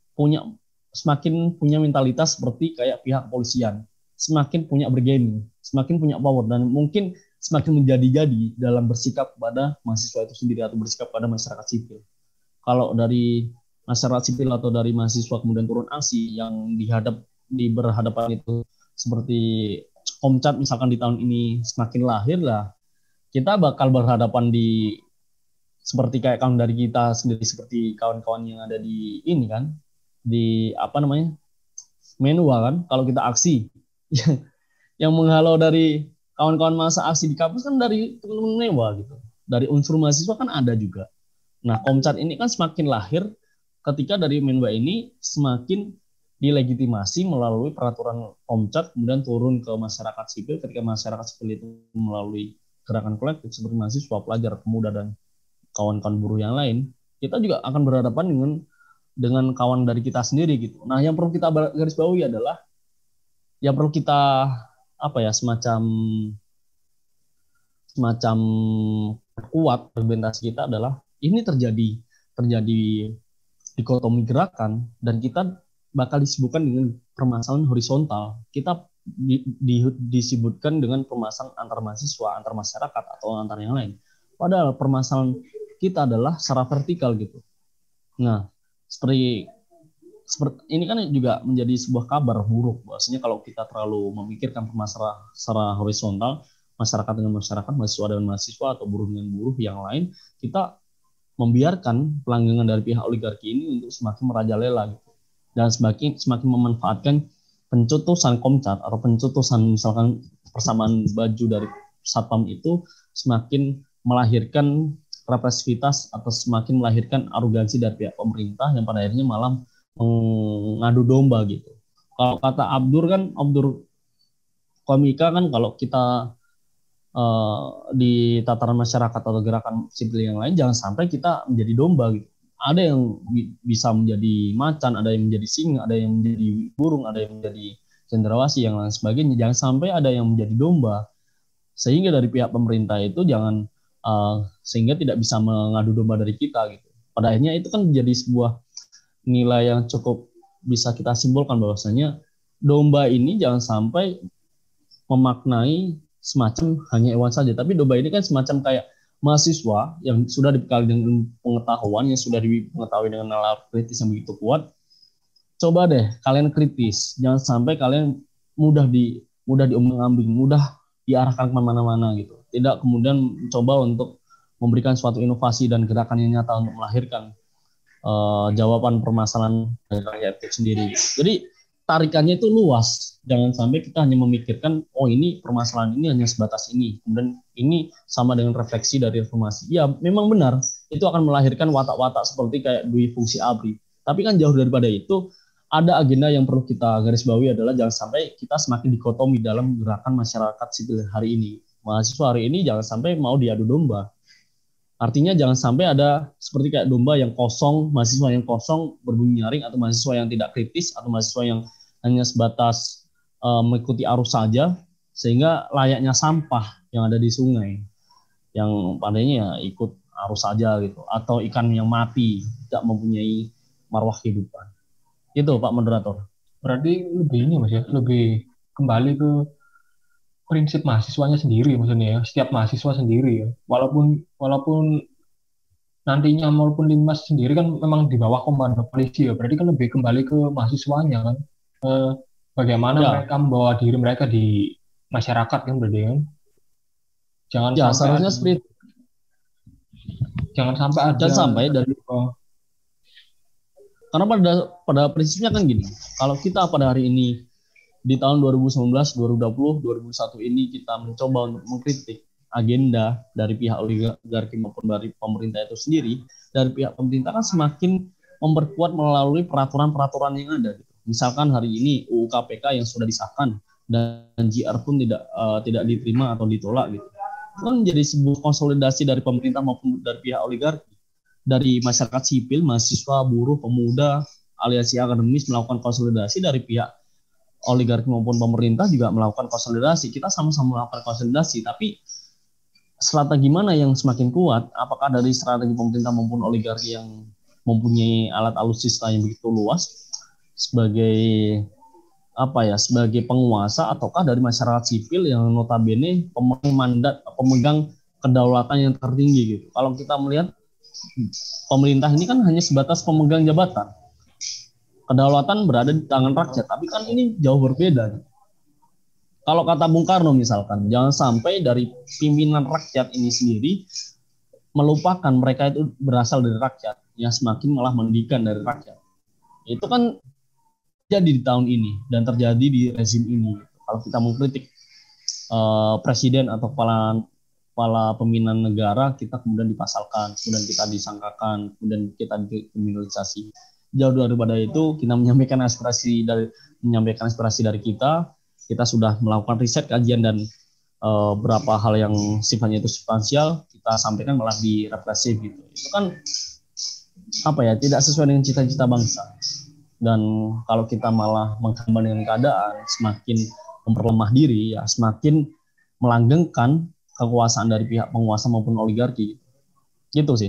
semakin punya mentalitas seperti kayak pihak polisian, semakin punya bergaining, semakin punya power, dan mungkin semakin menjadi-jadi dalam bersikap kepada mahasiswa itu sendiri atau bersikap pada masyarakat sipil. Kalau dari masyarakat sipil atau dari mahasiswa kemudian turun aksi yang berhadapan itu seperti Komcat misalkan di tahun ini semakin lahir lah, kita bakal berhadapan di seperti kayak kawan dari kita sendiri, seperti kawan-kawan yang ada di ini kan, di apa namanya, Menua kan, kalau kita aksi yang menghalau dari kawan-kawan masa aksi di kampus kan dari teman-teman Menua gitu, dari unsur mahasiswa kan ada juga. Nah, Komcat ini kan semakin lahir ketika dari Menwa ini semakin dilegitimasi melalui peraturan Komcat, kemudian turun ke masyarakat sipil. Ketika masyarakat sipil itu melalui gerakan kolektif seperti mahasiswa, pelajar, pemuda, dan kawan-kawan buruh yang lain, kita juga akan berhadapan dengan kawan dari kita sendiri gitu. Nah, yang perlu kita garis bawahi adalah yang perlu kita semacam kuat argumentasi kita adalah ini terjadi dikotomi gerakan dan kita bakal disibukkan dengan permasalahan horizontal. Kita disibukkan dengan permasalahan antar mahasiswa, antar masyarakat atau antar yang lain. Padahal permasalahan kita adalah secara vertikal gitu. Nah, seperti ini kan juga menjadi sebuah kabar buruk bahwasanya kalau kita terlalu memikirkan permasalahan secara horizontal, masyarakat dengan masyarakat, mahasiswa dengan mahasiswa atau buruh dengan buruh yang lain, kita membiarkan pelanggengan dari pihak oligarki ini untuk semakin merajalela gitu. Dan semakin memanfaatkan pencetusan Komcat atau pencetusan misalkan persamaan baju dari Satpam itu semakin melahirkan represivitas atau semakin melahirkan arogansi dari pihak pemerintah yang pada akhirnya malah mengadu domba gitu. Kalau kata Abdur Komika kan, kalau kita di tataran masyarakat atau gerakan sipil yang lain, jangan sampai kita menjadi domba gitu. Ada yang bisa menjadi macan, ada yang menjadi singa, ada yang menjadi burung, ada yang menjadi cendrawasih, yang lain sebagainya. Jangan sampai ada yang menjadi domba, sehingga dari pihak pemerintah itu sehingga tidak bisa mengadu domba dari kita gitu. Pada akhirnya itu kan menjadi sebuah nilai yang cukup bisa kita simpulkan bahwasanya domba ini jangan sampai memaknai semacam hanya hewan saja, tapi domba ini kan semacam kayak mahasiswa yang sudah dibekali dengan pengetahuan, yang sudah diketahui dengan nalar kritis yang begitu kuat, coba deh kalian kritis, jangan sampai kalian mudah diombang-ambing, mudah diarahkan kemana-mana gitu. Tidak kemudian mencoba untuk memberikan suatu inovasi dan gerakan yang nyata untuk melahirkan jawaban permasalahan dari rakyat itu sendiri. Jadi tarikannya itu luas, jangan sampai kita hanya memikirkan oh ini permasalahan ini hanya sebatas ini, kemudian ini sama dengan refleksi dari reformasi. Ya memang benar, itu akan melahirkan watak-watak seperti kayak Dwi Fungsi ABRI. Tapi kan jauh daripada itu, ada agenda yang perlu kita garis bawahi adalah jangan sampai kita semakin dikotomi dalam gerakan masyarakat sipil hari ini. Mahasiswa hari ini jangan sampai mau diadu domba. Artinya jangan sampai ada seperti kayak domba yang kosong, mahasiswa yang kosong berbunyi nyaring, atau mahasiswa yang tidak kritis, atau mahasiswa yang hanya sebatas mengikuti arus saja, sehingga layaknya sampah yang ada di sungai, yang padanya ya ikut arus saja gitu, atau ikan yang mati, tidak mempunyai marwah kehidupan. Itu Pak Moderator. Berarti lebih ini Mas ya, lebih kembali ke prinsip mahasiswanya sendiri maksudnya ya, setiap mahasiswa sendiri ya. Walaupun nantinya maupun Linmas sendiri kan memang di bawah komando polisi ya, berarti kan lebih kembali ke mahasiswanya kan. Bagaimana Ya, mereka membawa diri mereka di masyarakat kan berarti kan. Jangan ya sampai seharusnya ada, seperti jangan sampai ada dari karena pada prinsipnya kan gini, kalau kita pada hari ini di tahun 2019, 2020, 2021 ini kita mencoba untuk mengkritik agenda dari pihak oligarki maupun dari pemerintah itu sendiri, dari pihak pemerintah kan semakin memperkuat melalui peraturan-peraturan yang ada. Misalkan hari ini UU KPK yang sudah disahkan dan JR pun tidak diterima atau ditolak gitu. Itu kan menjadi sebuah konsolidasi dari pemerintah maupun dari pihak oligarki, dari masyarakat sipil, mahasiswa, buruh, pemuda, aliansi akademis melakukan konsolidasi, dari pihak oligarki maupun pemerintah juga melakukan konsolidasi. Kita sama-sama melakukan konsolidasi, tapi strategi mana yang semakin kuat? Apakah dari strategi pemerintah maupun oligarki yang mempunyai alat alutsista yang begitu luas sebagai sebagai penguasa, ataukah dari masyarakat sipil yang notabene pemegang kedaulatan yang tertinggi gitu. Kalau kita melihat pemerintah ini kan hanya sebatas pemegang jabatan. Kedaulatan berada di tangan rakyat, tapi kan ini jauh berbeda. Kalau kata Bung Karno misalkan, jangan sampai dari pimpinan rakyat ini sendiri melupakan mereka itu berasal dari rakyat, yang semakin malah mendikan dari rakyat. Itu kan terjadi di tahun ini dan terjadi di rezim ini. Kalau kita mengkritik presiden atau kepala pimpinan negara, kita kemudian dipasalkan, kemudian kita disangkakan, kemudian kita dikriminalisasi. Jauh daripada itu, kita menyampaikan aspirasi dari kita sudah melakukan riset, kajian, dan beberapa hal yang sifatnya itu substansial kita sampaikan malah direpresif gitu. Itu kan tidak sesuai dengan cita-cita bangsa. Dan kalau kita malah menghambat dengan keadaan, semakin memperlemah diri, ya semakin melanggengkan kekuasaan dari pihak penguasa maupun oligarki. Gitu sih.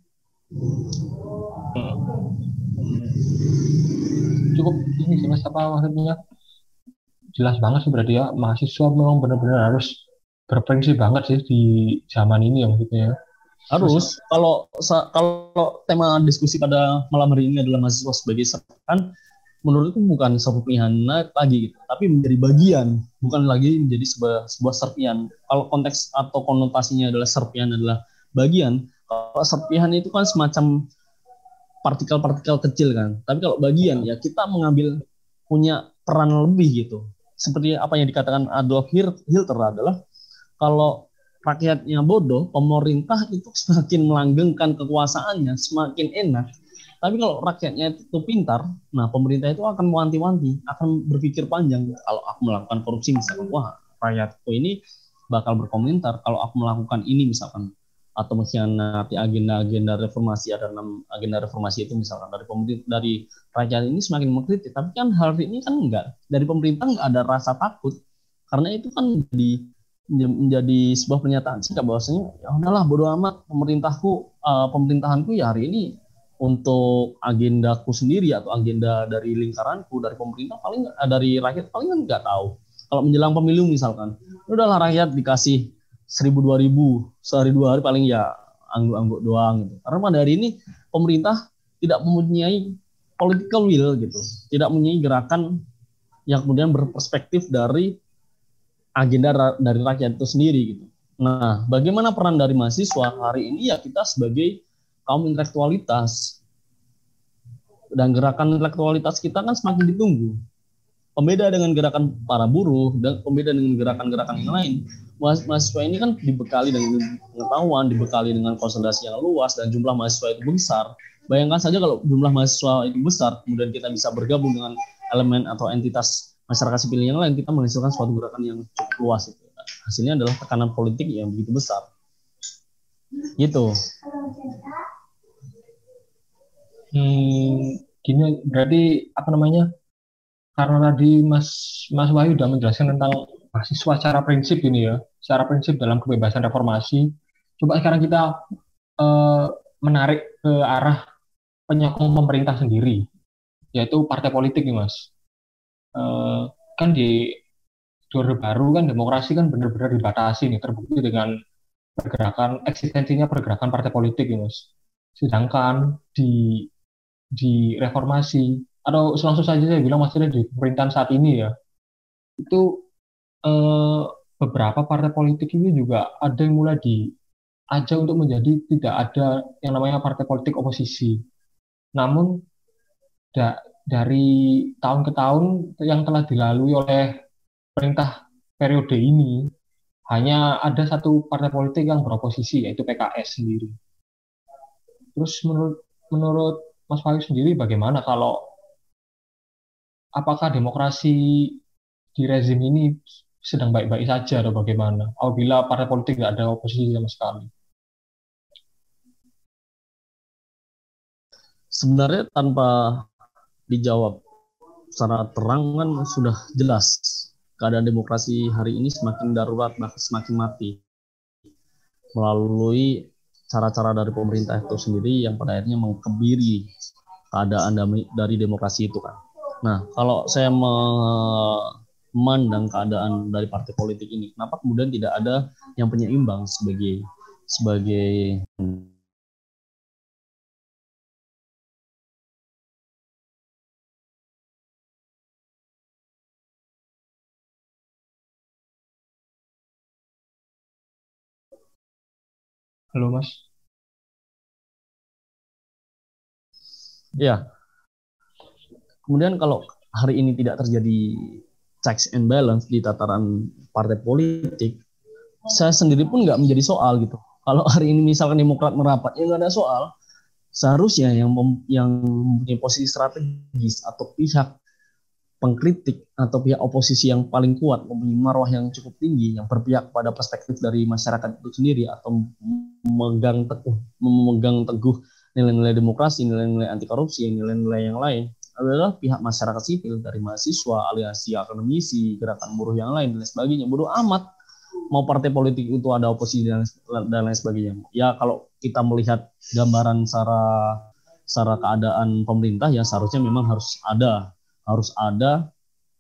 Cukup ini sih Mas, maksudnya jelas banget sih berarti ya, mahasiswa memang benar-benar harus berprinsip banget sih di zaman ini ya maksudnya. Harus. Kalau tema diskusi pada malam hari ini adalah mahasiswa sebagai serpihan, menurutku bukan sebuah pilihan lagi gitu, tapi menjadi bagian, bukan lagi menjadi sebuah serpihan. Kalau konteks atau konotasinya adalah serpihan adalah bagian, kalau serpihan itu kan semacam partikel-partikel kecil kan. Tapi kalau bagian ya kita punya peran lebih gitu. Seperti apa yang dikatakan Adolf Hitler adalah kalau rakyatnya bodoh, pemerintah itu semakin melanggengkan kekuasaannya, semakin enak. Tapi kalau rakyatnya itu pintar, nah pemerintah itu akan mewanti-wanti, akan berpikir panjang. Kalau aku melakukan korupsi misalkan, wah rakyatku ini bakal berkomentar. Kalau aku melakukan ini misalkan, atau mengkhianati agenda-agenda reformasi, ada 6 agenda reformasi itu misalkan dari pemerintah, dari rakyat ini semakin mengkritik. Tapi kan hal ini kan enggak, dari pemerintah enggak ada rasa takut, karena itu kan menjadi sebuah pernyataan sikap bahwasanya ya udahlah bodo amat, pemerintahanku ya hari ini untuk agendaku sendiri atau agenda dari lingkaranku, dari pemerintah dari rakyat paling kan nggak tahu. Kalau menjelang pemilu misalkan, udahlah rakyat dikasih 1000 2000 sehari 2 hari paling ya angguk-angguk doang gitu. Karena pada hari ini pemerintah tidak mempunyai political will gitu, tidak mempunyai gerakan yang kemudian berperspektif dari agenda dari rakyat itu sendiri gitu. Nah, bagaimana peran dari mahasiswa hari ini? Ya kita sebagai kaum intelektualitas, dan gerakan intelektualitas kita kan semakin ditunggu. Pembeda dengan gerakan para buruh dan pembeda dengan gerakan-gerakan yang lain, mahasiswa ini kan dibekali dengan pengetahuan, dibekali dengan konsolidasi yang luas, dan jumlah mahasiswa itu besar. Bayangkan saja kalau jumlah mahasiswa itu besar, kemudian kita bisa bergabung dengan elemen atau entitas masyarakat sipil yang lain, kita menghasilkan suatu gerakan yang cukup luas. Itu. Hasilnya adalah tekanan politik yang begitu besar. Gitu. Gini berarti apa namanya? Karena tadi Mas Wahyu sudah menjelaskan tentang mahasiswa secara prinsip ini ya, secara prinsip dalam kebebasan reformasi. Coba sekarang kita menarik ke arah penyokong pemerintah sendiri, yaitu partai politik nih Mas. Kan di Orde Baru kan demokrasi kan benar-benar dibatasi nih, terbukti dengan eksistensinya pergerakan partai politik nih Mas. Sedangkan di reformasi atau langsung saja saya bilang maksudnya di pemerintahan saat ini ya, itu beberapa partai politik ini juga ada yang mulai diajak untuk menjadi tidak ada yang namanya partai politik oposisi. Namun dari tahun ke tahun yang telah dilalui oleh perintah periode ini, hanya ada satu partai politik yang beroposisi, yaitu PKS sendiri. Terus menurut Mas Wahyu sendiri bagaimana apakah demokrasi di rezim ini sedang baik-baik saja atau bagaimana? Apabila partai politik tidak ada oposisi sama sekali. Sebenarnya tanpa dijawab secara terang kan sudah jelas keadaan demokrasi hari ini semakin darurat, bahkan semakin mati melalui cara-cara dari pemerintah itu sendiri yang pada akhirnya mengkebiri keadaan dari demokrasi itu kan. Nah, kalau saya memandang keadaan dari partai politik ini, kenapa kemudian tidak ada yang penyeimbang sebagai Halo Mas. Ya. Kemudian kalau hari ini tidak terjadi checks and balance di tataran partai politik, saya sendiri pun nggak menjadi soal gitu. Kalau hari ini misalkan Demokrat merapat, ya nggak ada soal. Seharusnya yang mempunyai posisi strategis atau pihak pengkritik atau pihak oposisi yang paling kuat, mempunyai marwah yang cukup tinggi, yang berpihak pada perspektif dari masyarakat itu sendiri atau memegang teguh nilai-nilai demokrasi, nilai-nilai anti korupsi, nilai-nilai yang lain adalah pihak masyarakat sipil dari mahasiswa, aliansi akademisi, gerakan buruh yang lain dan sebagainya. Bodoh amat mau partai politik itu ada oposisi dan lain sebagainya. Ya kalau kita melihat gambaran secara keadaan pemerintah ya seharusnya memang harus ada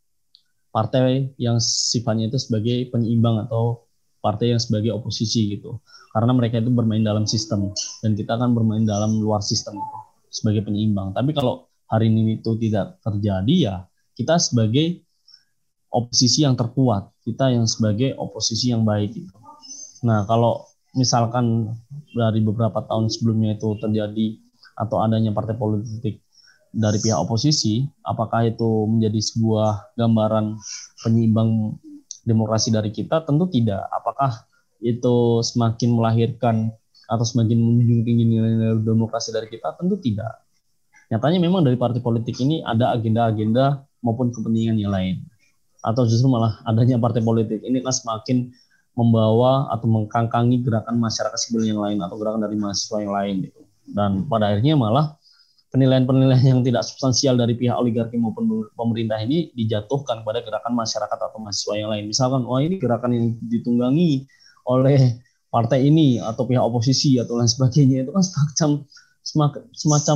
partai yang sifatnya itu sebagai penyeimbang atau partai yang sebagai oposisi gitu. Karena mereka itu bermain dalam sistem dan kita kan bermain dalam luar sistem gitu, sebagai penyeimbang. Tapi kalau hari ini itu tidak terjadi ya kita sebagai oposisi yang terkuat, kita yang sebagai oposisi yang baik gitu. Nah, kalau misalkan dari beberapa tahun sebelumnya itu terjadi atau adanya partai politik dari pihak oposisi, apakah itu menjadi sebuah gambaran penyeimbang demokrasi dari kita? Tentu tidak. Apakah itu semakin melahirkan atau semakin menjunjung tinggi nilai-nilai demokrasi dari kita? Tentu tidak. Nyatanya memang dari partai politik ini ada agenda-agenda maupun kepentingan yang lain. Atau justru malah adanya partai politik ini kan semakin membawa atau mengkangkangi gerakan masyarakat sipil yang lain atau gerakan dari mahasiswa yang lain gitu. Dan pada akhirnya malah penilaian-penilaian yang tidak substansial dari pihak oligarki maupun pemerintah ini dijatuhkan kepada gerakan masyarakat atau mahasiswa yang lain. Misalkan, wah ini gerakan yang ditunggangi oleh partai ini atau pihak oposisi atau lain sebagainya, itu kan semacam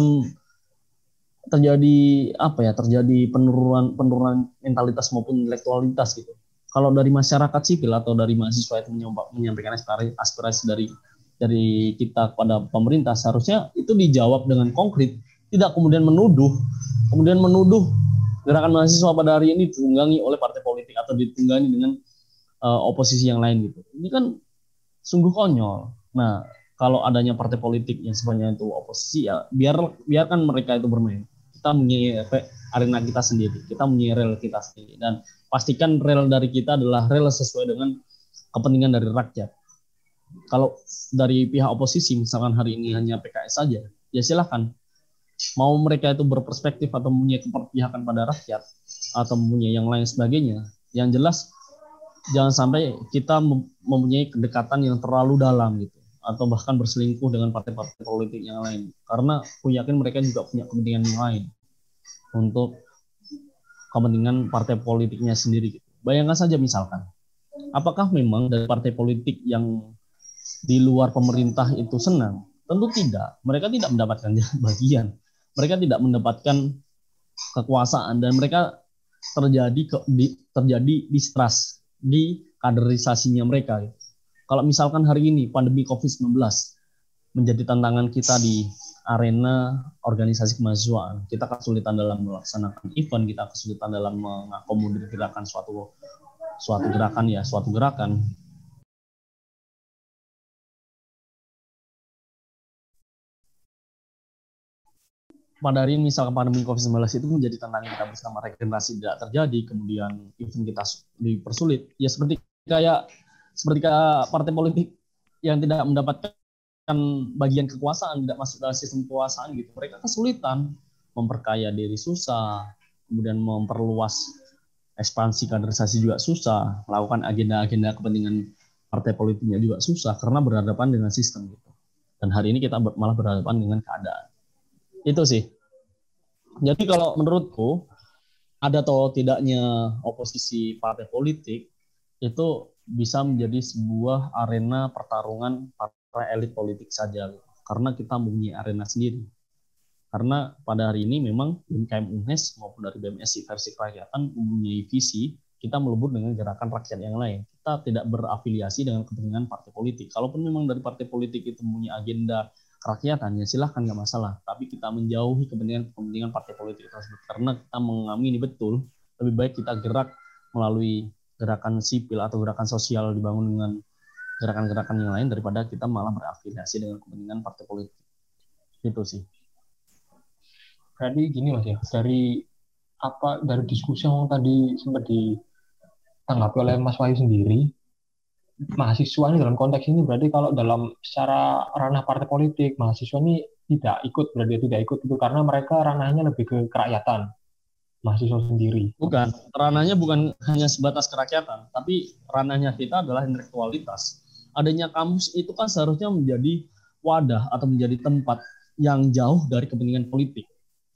terjadi penurunan mentalitas maupun intelektualitas gitu. kalau dari masyarakat sipil atau dari mahasiswa itu menyampaikan aspirasi dari kita kepada pemerintah, seharusnya itu dijawab dengan konkret, tidak kemudian menuduh gerakan mahasiswa pada hari ini ditunggangi oleh partai politik atau ditunggangi dengan oposisi yang lain gitu. Ini kan sungguh konyol. Nah, kalau adanya partai politik yang sebenarnya itu oposisi, ya biarkan mereka itu bermain. Kita punya arena kita sendiri, kita punya rel kita sendiri, dan pastikan rel dari kita adalah rel sesuai dengan kepentingan dari rakyat. Kalau dari pihak oposisi, misalkan hari ini hanya PKS saja, ya silahkan. Mau mereka itu berperspektif atau punya keperpihakan pada rakyat, atau punya yang lain sebagainya, yang jelas jangan sampai kita mempunyai kedekatan yang terlalu dalam gitu, atau bahkan berselingkuh dengan partai-partai politik yang lain, karena aku yakin mereka juga punya kepentingan yang lain untuk kepentingan partai politiknya sendiri gitu. Bayangkan saja misalkan, apakah memang dari partai politik yang di luar pemerintah itu senang? Tentu tidak. Mereka tidak mendapatkan bagian, mereka tidak mendapatkan kekuasaan, dan mereka terjadi distrust di kaderisasinya mereka. Kalau misalkan hari ini pandemi COVID-19 menjadi tantangan kita di arena organisasi kemahasiswaan, kita kesulitan dalam melaksanakan event, kita kesulitan dalam mengakomodir gerakan suatu gerakan. Pada hari ini misalkan pandemi COVID-19 itu menjadi tantangan kita bersama, regenerasi tidak terjadi, kemudian event kita dipersulit, ya seperti kayak partai politik yang tidak mendapatkan bagian kekuasaan, tidak masuk dalam sistem kekuasaan gitu. Mereka kesulitan, memperkaya diri susah, kemudian memperluas ekspansi kaderisasi juga susah, melakukan agenda-agenda kepentingan partai politiknya juga susah, karena berhadapan dengan sistem gitu. Dan hari ini kita malah berhadapan dengan keadaan. Itu sih. Jadi kalau menurutku, ada atau tidaknya oposisi partai politik itu bisa menjadi sebuah arena pertarungan para elit politik saja, karena kita mempunyai arena sendiri. Karena pada hari ini memang BMKM UNES maupun dari BMSI versi kerakyatan mempunyai visi kita melebur dengan gerakan rakyat yang lain. Kita tidak berafiliasi dengan kepentingan partai politik. Kalaupun memang dari partai politik itu mempunyai agenda kerakyatan, ya silahkan, nggak masalah. Tapi kita menjauhi kepentingan partai politik tersebut, karena kita mengamini betul lebih baik kita gerak melalui gerakan sipil atau gerakan sosial dibangun dengan gerakan-gerakan yang lain, daripada kita malah berafiliasi dengan kepentingan partai politik. Itu sih. Berarti gini Mas ya, dari diskusi yang tadi sempat ditanggapi oleh Mas Wahyu sendiri, mahasiswa ini dalam konteks ini berarti kalau dalam secara ranah partai politik, mahasiswa ini tidak ikut itu karena mereka ranahnya lebih ke kerakyatan, mahasiswa sendiri. Bukan, ranahnya bukan hanya sebatas kerakyatan, tapi ranahnya kita adalah intelektualitas. Adanya kampus itu kan seharusnya menjadi wadah atau menjadi tempat yang jauh dari kepentingan politik.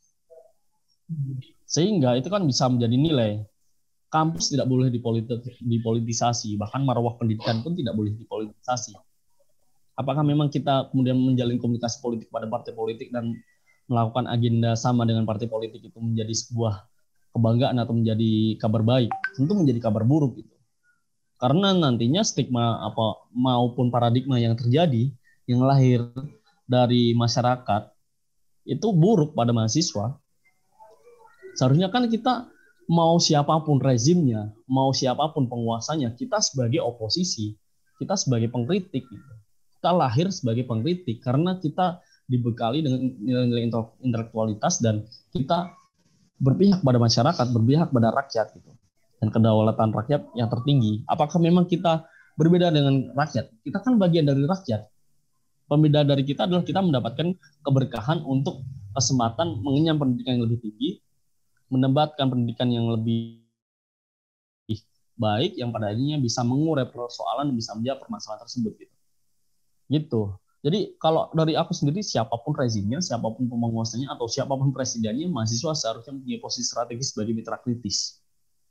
Sehingga itu kan bisa menjadi nilai. Kampus tidak boleh dipolitisasi, bahkan marwah pendidikan pun tidak boleh dipolitisasi. Apakah memang kita kemudian menjalin komunikasi politik pada partai politik dan melakukan agenda sama dengan partai politik itu menjadi sebuah kebanggaan atau menjadi kabar baik? Tentu menjadi kabar buruk gitu. Karena nantinya stigma maupun paradigma yang terjadi, yang lahir dari masyarakat, itu buruk pada mahasiswa. Seharusnya kan kita mau siapapun rezimnya, mau siapapun penguasanya, kita sebagai oposisi, kita sebagai pengkritik, gitu. Kita lahir sebagai pengkritik karena kita dibekali dengan nilai-nilai intelektualitas dan kita berpihak pada masyarakat, berpihak pada rakyat, gitu. Dan kedaulatan rakyat yang tertinggi. Apakah memang kita berbeda dengan rakyat? Kita kan bagian dari rakyat. Pembeda dari kita adalah kita mendapatkan keberkahan untuk kesempatan mengenyam pendidikan yang lebih tinggi, mendapatkan pendidikan yang lebih baik, yang pada akhirnya bisa mengurai persoalan, bisa menjawab permasalahan tersebut gitu. Jadi kalau dari aku sendiri, siapapun rezimnya, siapapun penguasanya, atau siapapun presidennya, mahasiswa seharusnya mempunyai posisi strategis sebagai mitra kritis.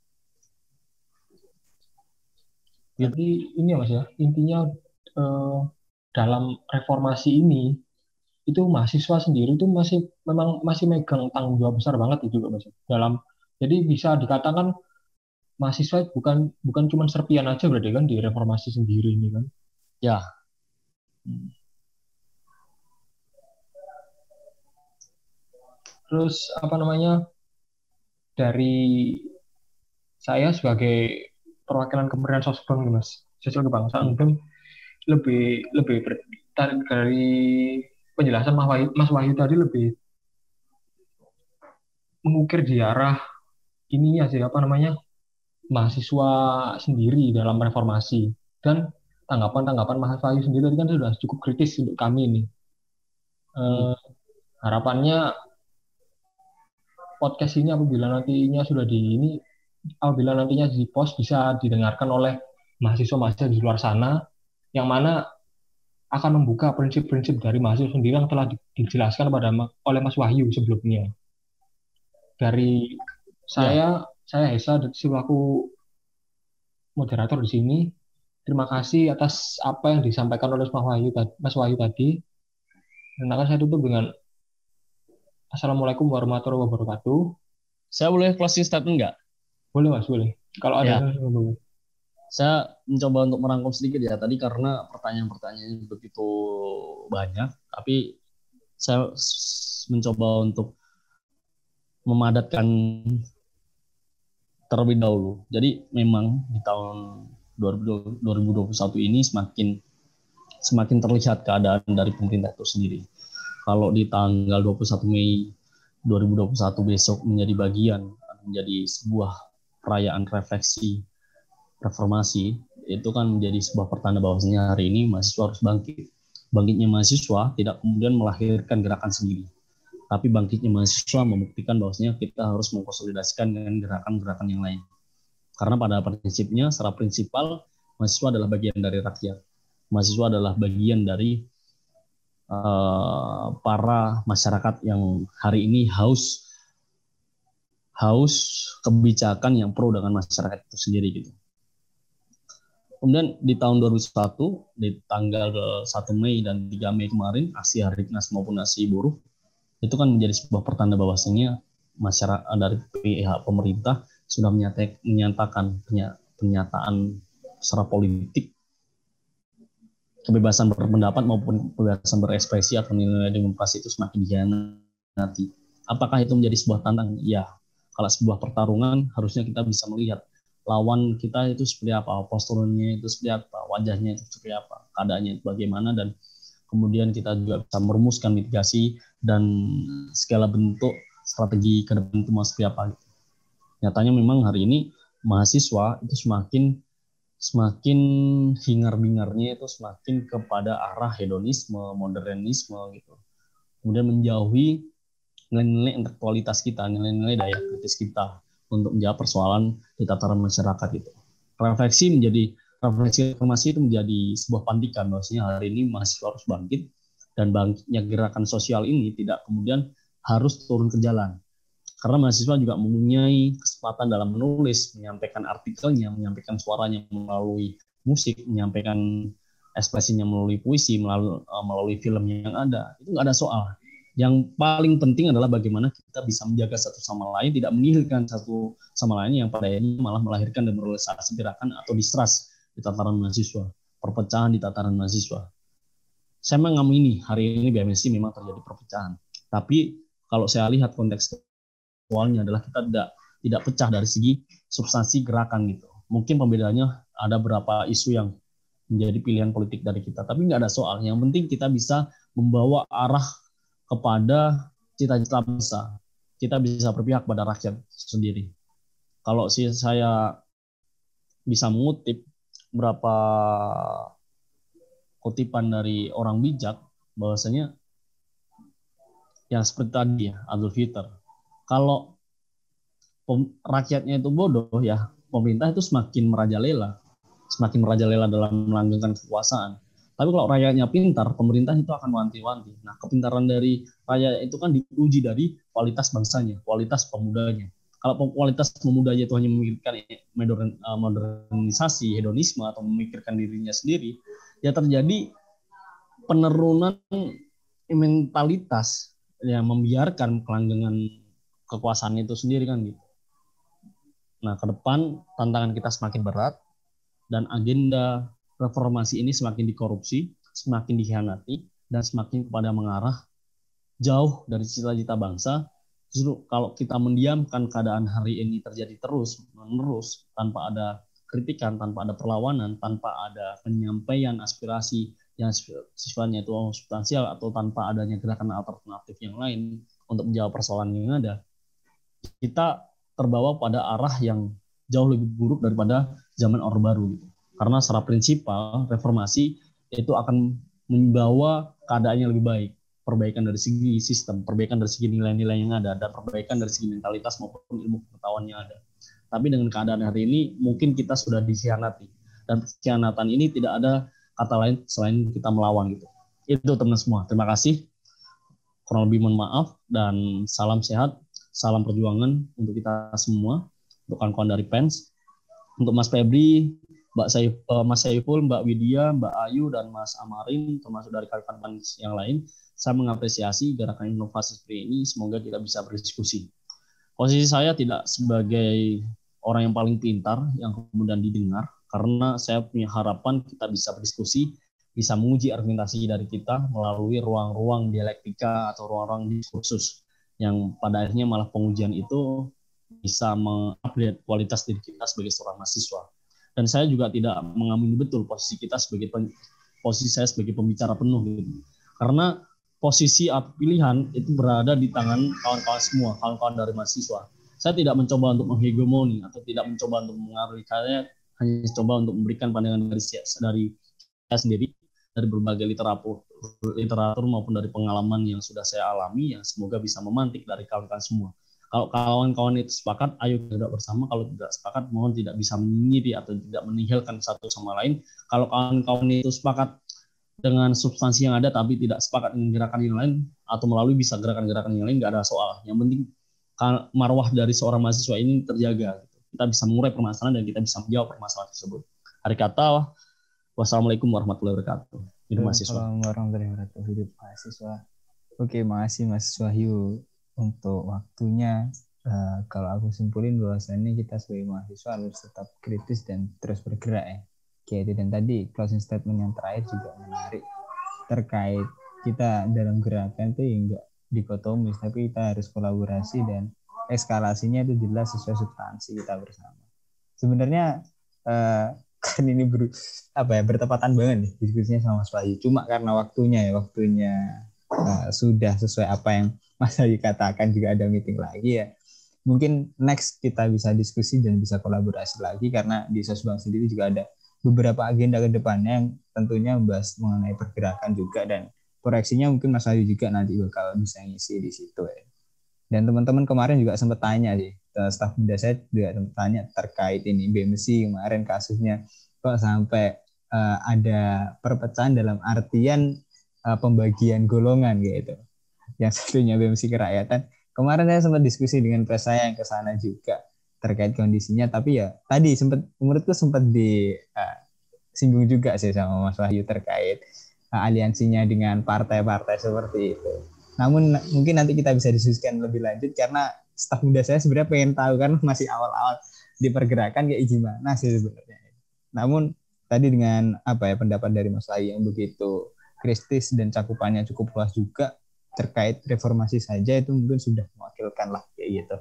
Jadi ini ya Mas ya, intinya dalam reformasi ini itu mahasiswa sendiri itu masih megang tanggung jawab besar banget itu Mas. Jadi bisa dikatakan mahasiswa bukan bukan cuma serpian aja berarti kan di reformasi sendiri ini kan. Ya, Terus apa namanya, dari saya sebagai perwakilan Kementerian Sosbang nih, Mas, sosial kebangsaan hmm, mungkin lebih lebih tertarik dari penjelasan Mas Wahyu tadi, lebih mengukir di arah ininya sih, apa namanya, mahasiswa sendiri dalam reformasi, dan tanggapan-tanggapan Mas Wahyu sendiri tadi kan sudah cukup kritis untuk kami ini. hmm, Eh, Harapannya podcast ini apabila nantinya di post bisa didengarkan oleh mahasiswa-mahasiswa di luar sana, yang mana akan membuka prinsip-prinsip dari mahasiswa sendiri yang telah dijelaskan oleh Mas Wahyu sebelumnya. Dari ya. saya Hesa selaku moderator di sini. Terima kasih atas apa yang disampaikan oleh Mas Wahyu tadi. Dan akan saya tutup dengan Assalamualaikum warahmatullahi wabarakatuh. Saya boleh closing statement nggak? Boleh Mas, boleh. Kalau ada Ya, yang boleh. saya mencoba untuk merangkum sedikit ya tadi karena pertanyaan-pertanyaannya begitu banyak, tapi saya mencoba untuk memadatkan terlebih dahulu. Jadi memang di tahun 2021 ini semakin semakin terlihat keadaan dari pemerintah itu sendiri. Kalau di tanggal 21 Mei 2021 besok menjadi bagian, menjadi sebuah perayaan refleksi reformasi, itu kan menjadi sebuah pertanda bahwasanya hari ini mahasiswa harus bangkit. Bangkitnya mahasiswa tidak kemudian melahirkan gerakan sendiri, tapi bangkitnya mahasiswa membuktikan bahwasanya kita harus mengkonsolidasikan dengan gerakan-gerakan yang lain. Karena pada prinsipnya, secara prinsipal, mahasiswa adalah bagian dari rakyat. Mahasiswa adalah bagian dari para masyarakat yang hari ini haus haus kebijakan yang pro dengan masyarakat itu sendiri gitu. Kemudian di tahun 2001, di tanggal 1 Mei dan 3 Mei kemarin, aksi Hariknas maupun aksi buruh, itu kan menjadi sebuah pertanda bahwasanya masyarakat dari pihak pemerintah sudah menyatakan pernyataan secara politik kebebasan berpendapat maupun kebebasan berekspresi atau nilai demokrasi itu semakin dihianati. Apakah itu menjadi sebuah tantangan? Ya, kalau sebuah pertarungan harusnya kita bisa melihat lawan kita itu seperti apa, posturnya itu seperti apa, wajahnya itu seperti apa, keadaannya itu bagaimana, dan kemudian kita juga bisa merumuskan mitigasi dan segala bentuk strategi ke depan itu mau seperti apa. Nyatanya memang hari ini mahasiswa itu semakin semakin hingar-bingarnya itu semakin kepada arah hedonisme, modernisme gitu. Kemudian menjauhi nilai-nilai intelektualitas kita, nilai-nilai daya kritis kita untuk menjawab persoalan di tataran masyarakat itu. Refleksi reformasi itu menjadi sebuah pantikan bahwasanya hari ini mahasiswa harus bangkit, dan bangkitnya gerakan sosial ini tidak kemudian harus turun ke jalan, karena mahasiswa juga mempunyai kesempatan dalam menulis, menyampaikan artikelnya, menyampaikan suaranya melalui musik, menyampaikan ekspresinya melalui puisi, melalui film yang ada. Itu nggak ada soal. Yang paling penting adalah bagaimana kita bisa menjaga satu sama lain, tidak menihilkan satu sama lain yang pada akhirnya malah melahirkan demoralisasi gerakan atau distrust di tataran mahasiswa, perpecahan di tataran mahasiswa. Saya mengamini hari ini BMSI memang terjadi perpecahan. Tapi kalau saya lihat konteks awalnya adalah kita tidak pecah dari segi substansi gerakan gitu. Mungkin pembedaannya ada beberapa isu yang menjadi pilihan politik dari kita, tapi nggak ada soal. Yang penting kita bisa membawa arah kepada cita-cita bangsa. Kita bisa berpihak pada rakyat sendiri. Kalau saya bisa mengutip beberapa kutipan dari orang bijak, bahwasanya yang seperti tadi ya, Adolf Hitler. Kalau rakyatnya itu bodoh ya, pemerintah itu semakin merajalela dalam melanggengkan kekuasaan. Tapi kalau rakyatnya pintar, pemerintah itu akan wanti-wanti. Nah, kepintaran dari rakyat itu kan diuji dari kualitas bangsanya, kualitas pemudanya. Kalau kualitas pemudanya itu hanya memikirkan modernisasi, hedonisme, atau memikirkan dirinya sendiri, ya terjadi penurunan mentalitas yang membiarkan kelanggengan kekuasaan itu sendiri kan gitu. Nah, ke depan tantangan kita semakin berat dan agenda reformasi ini semakin dikorupsi, semakin dikhianati, dan semakin kepada mengarah jauh dari cita-cita bangsa. Justru kalau kita mendiamkan keadaan hari ini terjadi terus-menerus tanpa ada kritikan, tanpa ada perlawanan, tanpa ada penyampaian aspirasi yang sifatnya itu substansial atau tanpa adanya gerakan alternatif yang lain untuk menjawab persoalan yang ada, kita terbawa pada arah yang jauh lebih buruk daripada zaman Orde Baru. Karena secara prinsipal reformasi itu akan membawa keadaan yang lebih baik, perbaikan dari segi sistem, perbaikan dari segi nilai-nilai yang ada, dan perbaikan dari segi mentalitas maupun ilmu pengetahuan yang ada. Tapi dengan keadaan hari ini mungkin kita sudah dikhianati, dan pengkhianatan ini tidak ada kata lain selain kita melawan gitu. Itu teman semua. Terima kasih. Kurang lebih mohon maaf dan salam sehat, salam perjuangan untuk kita semua, untuk kawan-kawan dari PENS, untuk Mas Febri, Mas Saiful, Mbak Widya, Mbak Ayu, dan Mas Amarin, termasuk dari kawan-kawan PENS yang lain. Saya mengapresiasi gerakan inovasi seperti ini. Semoga kita bisa berdiskusi. Posisi saya tidak sebagai orang yang paling pintar yang kemudian didengar, karena saya punya harapan kita bisa berdiskusi, bisa menguji argumentasi dari kita melalui ruang-ruang dialektika atau ruang-ruang diskursus yang pada akhirnya malah pengujian itu bisa mengupgrade kualitas diri kita sebagai seorang mahasiswa. Dan saya juga tidak mengamini betul posisi saya sebagai pembicara penuh gitu. Karena posisi atau pilihan itu berada di tangan kawan-kawan semua, kawan-kawan dari mahasiswa. Saya tidak mencoba untuk menghegemoni atau tidak mencoba untuk mengaruhi, saya hanya coba untuk memberikan pandangan dari saya sendiri, dari berbagai literatur maupun dari pengalaman yang sudah saya alami, yang semoga bisa memantik dari kawan-kawan semua. Kalau kawan-kawan itu sepakat, ayo kita bersama. Kalau tidak sepakat, mohon tidak bisa menyingkiri atau tidak menihilkan satu sama lain. Kalau kawan-kawan itu sepakat dengan substansi yang ada, tapi tidak sepakat dengan gerakan yang lain, atau melalui bisa gerakan-gerakan yang lain, nggak ada soal. Yang penting marwah dari seorang mahasiswa ini terjaga. Kita bisa mengurai permasalahan dan kita bisa menjawab permasalahan tersebut. Hari kata, wassalamualaikum warahmatullahi wabarakatuh. Hidup mahasiswa. Assalamualaikum warahmatullahi wabarakatuh. Hidup mahasiswa. Oke, makasih Mas Wahyu untuk waktunya. Kalau aku simpulin bahwasannya kita sebagai mahasiswa harus tetap kritis dan terus bergerak ya. Kayak itu, dan tadi closing statement yang terakhir juga menarik terkait kita dalam gerakan itu enggak dikotomis, tapi kita harus kolaborasi dan eskalasinya itu jelas sesuai substansi kita bersama. Sebenarnya kan ini bertepatan banget nih diskusinya sama Mas Wahyu. Cuma karena waktunya sudah sesuai apa yang Mas Wahyu katakan, juga ada meeting lagi ya. Mungkin next kita bisa diskusi dan bisa kolaborasi lagi, karena di Sosbang sendiri juga ada beberapa agenda ke depannya yang tentunya membahas mengenai pergerakan juga, dan proyeksinya mungkin Mas Wahyu juga nanti bakal bisa ngisi di situ ya. Dan teman-teman kemarin juga sempat tanya sih, staf muda saya juga sempat tanya terkait ini BMC kemarin kasusnya kok sampai ada perpecahan dalam artian pembagian golongan gitu. Yang satunya BMC kerakyatan. Kemarin saya sempat diskusi dengan pres saya yang ke sana juga terkait kondisinya, tapi ya tadi menurutku sempat disinggung juga sih sama Mas Wahyu terkait aliansinya dengan partai-partai seperti itu. Namun mungkin nanti kita bisa diskusikan lebih lanjut, karena staf muda saya sebenarnya pengen tahu, kan masih awal-awal di pergerakan kayak gimana sih sebenarnya. Namun tadi dengan pendapat dari Mas Wahyu yang begitu kritis dan cakupannya cukup luas juga terkait reformasi saja, itu mungkin sudah mewakilkan lah kayak gitu.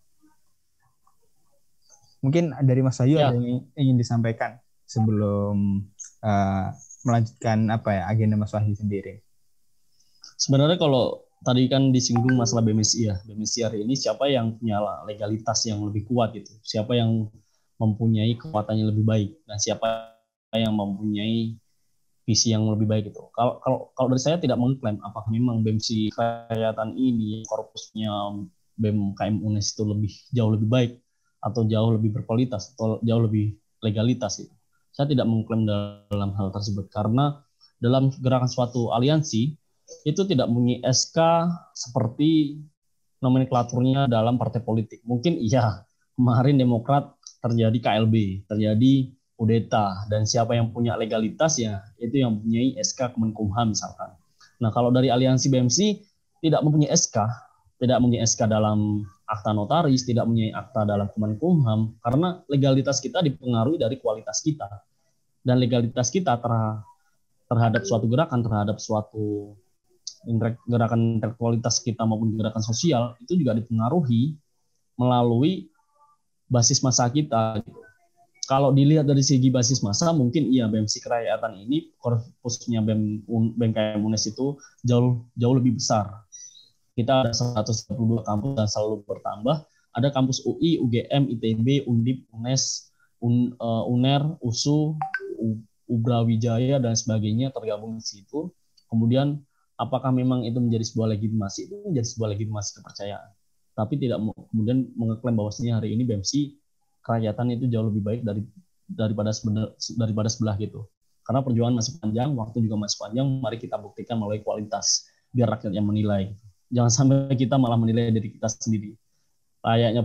Mungkin dari Mas Wahyu ada yang ingin disampaikan sebelum melanjutkan agenda Mas Wahyu sendiri. Sebenarnya kalau tadi kan disinggung masalah BMSI ya, BMSI hari ini siapa yang punya legalitas yang lebih kuat gitu, siapa yang mempunyai kekuatan yang lebih baik, dan siapa yang mempunyai visi yang lebih baik itu. Kalau dari saya tidak mengklaim apakah memang BMSI kerakyatan ini korpusnya BEM KM UNES itu jauh lebih baik atau jauh lebih berkualitas atau jauh lebih legalitas itu. Saya tidak mengklaim dalam hal tersebut, karena dalam gerakan suatu aliansi itu tidak mempunyai SK seperti nomenklaturnya dalam partai politik. Mungkin iya, kemarin Demokrat terjadi KLB, terjadi Udeta, dan siapa yang punya legalitas ya itu yang mempunyai SK Kemenkumham misalkan. Nah, kalau dari aliansi BMC tidak mempunyai SK dalam akta notaris, tidak mempunyai akta dalam Kemenkumham, karena legalitas kita dipengaruhi dari kualitas kita. Dan legalitas kita terhadap suatu gerakan, terhadap suatu gerakan intelektualitas kita maupun gerakan sosial, itu juga dipengaruhi melalui basis massa kita. Kalau dilihat dari segi basis massa, mungkin iya BEMSI Kerakyatan ini korpusnya BEM-KM UNES itu jauh lebih besar. Kita ada 132 kampus dan selalu bertambah. Ada kampus UI, UGM, ITB, Undip, UNES, UNER, USU, Ubrawijaya dan sebagainya tergabung di situ. Kemudian apakah memang itu menjadi sebuah legitimasi? Itu menjadi sebuah legitimasi kepercayaan. Tapi tidak kemudian mengeklaim bahwasanya hari ini BEMSI Kerakyatan itu jauh lebih baik daripada sebelah gitu. Karena perjuangan masih panjang, waktu juga masih panjang. Mari kita buktikan melalui kualitas, biar rakyat yang menilai. Jangan sampai kita malah menilai diri kita sendiri. Layaknya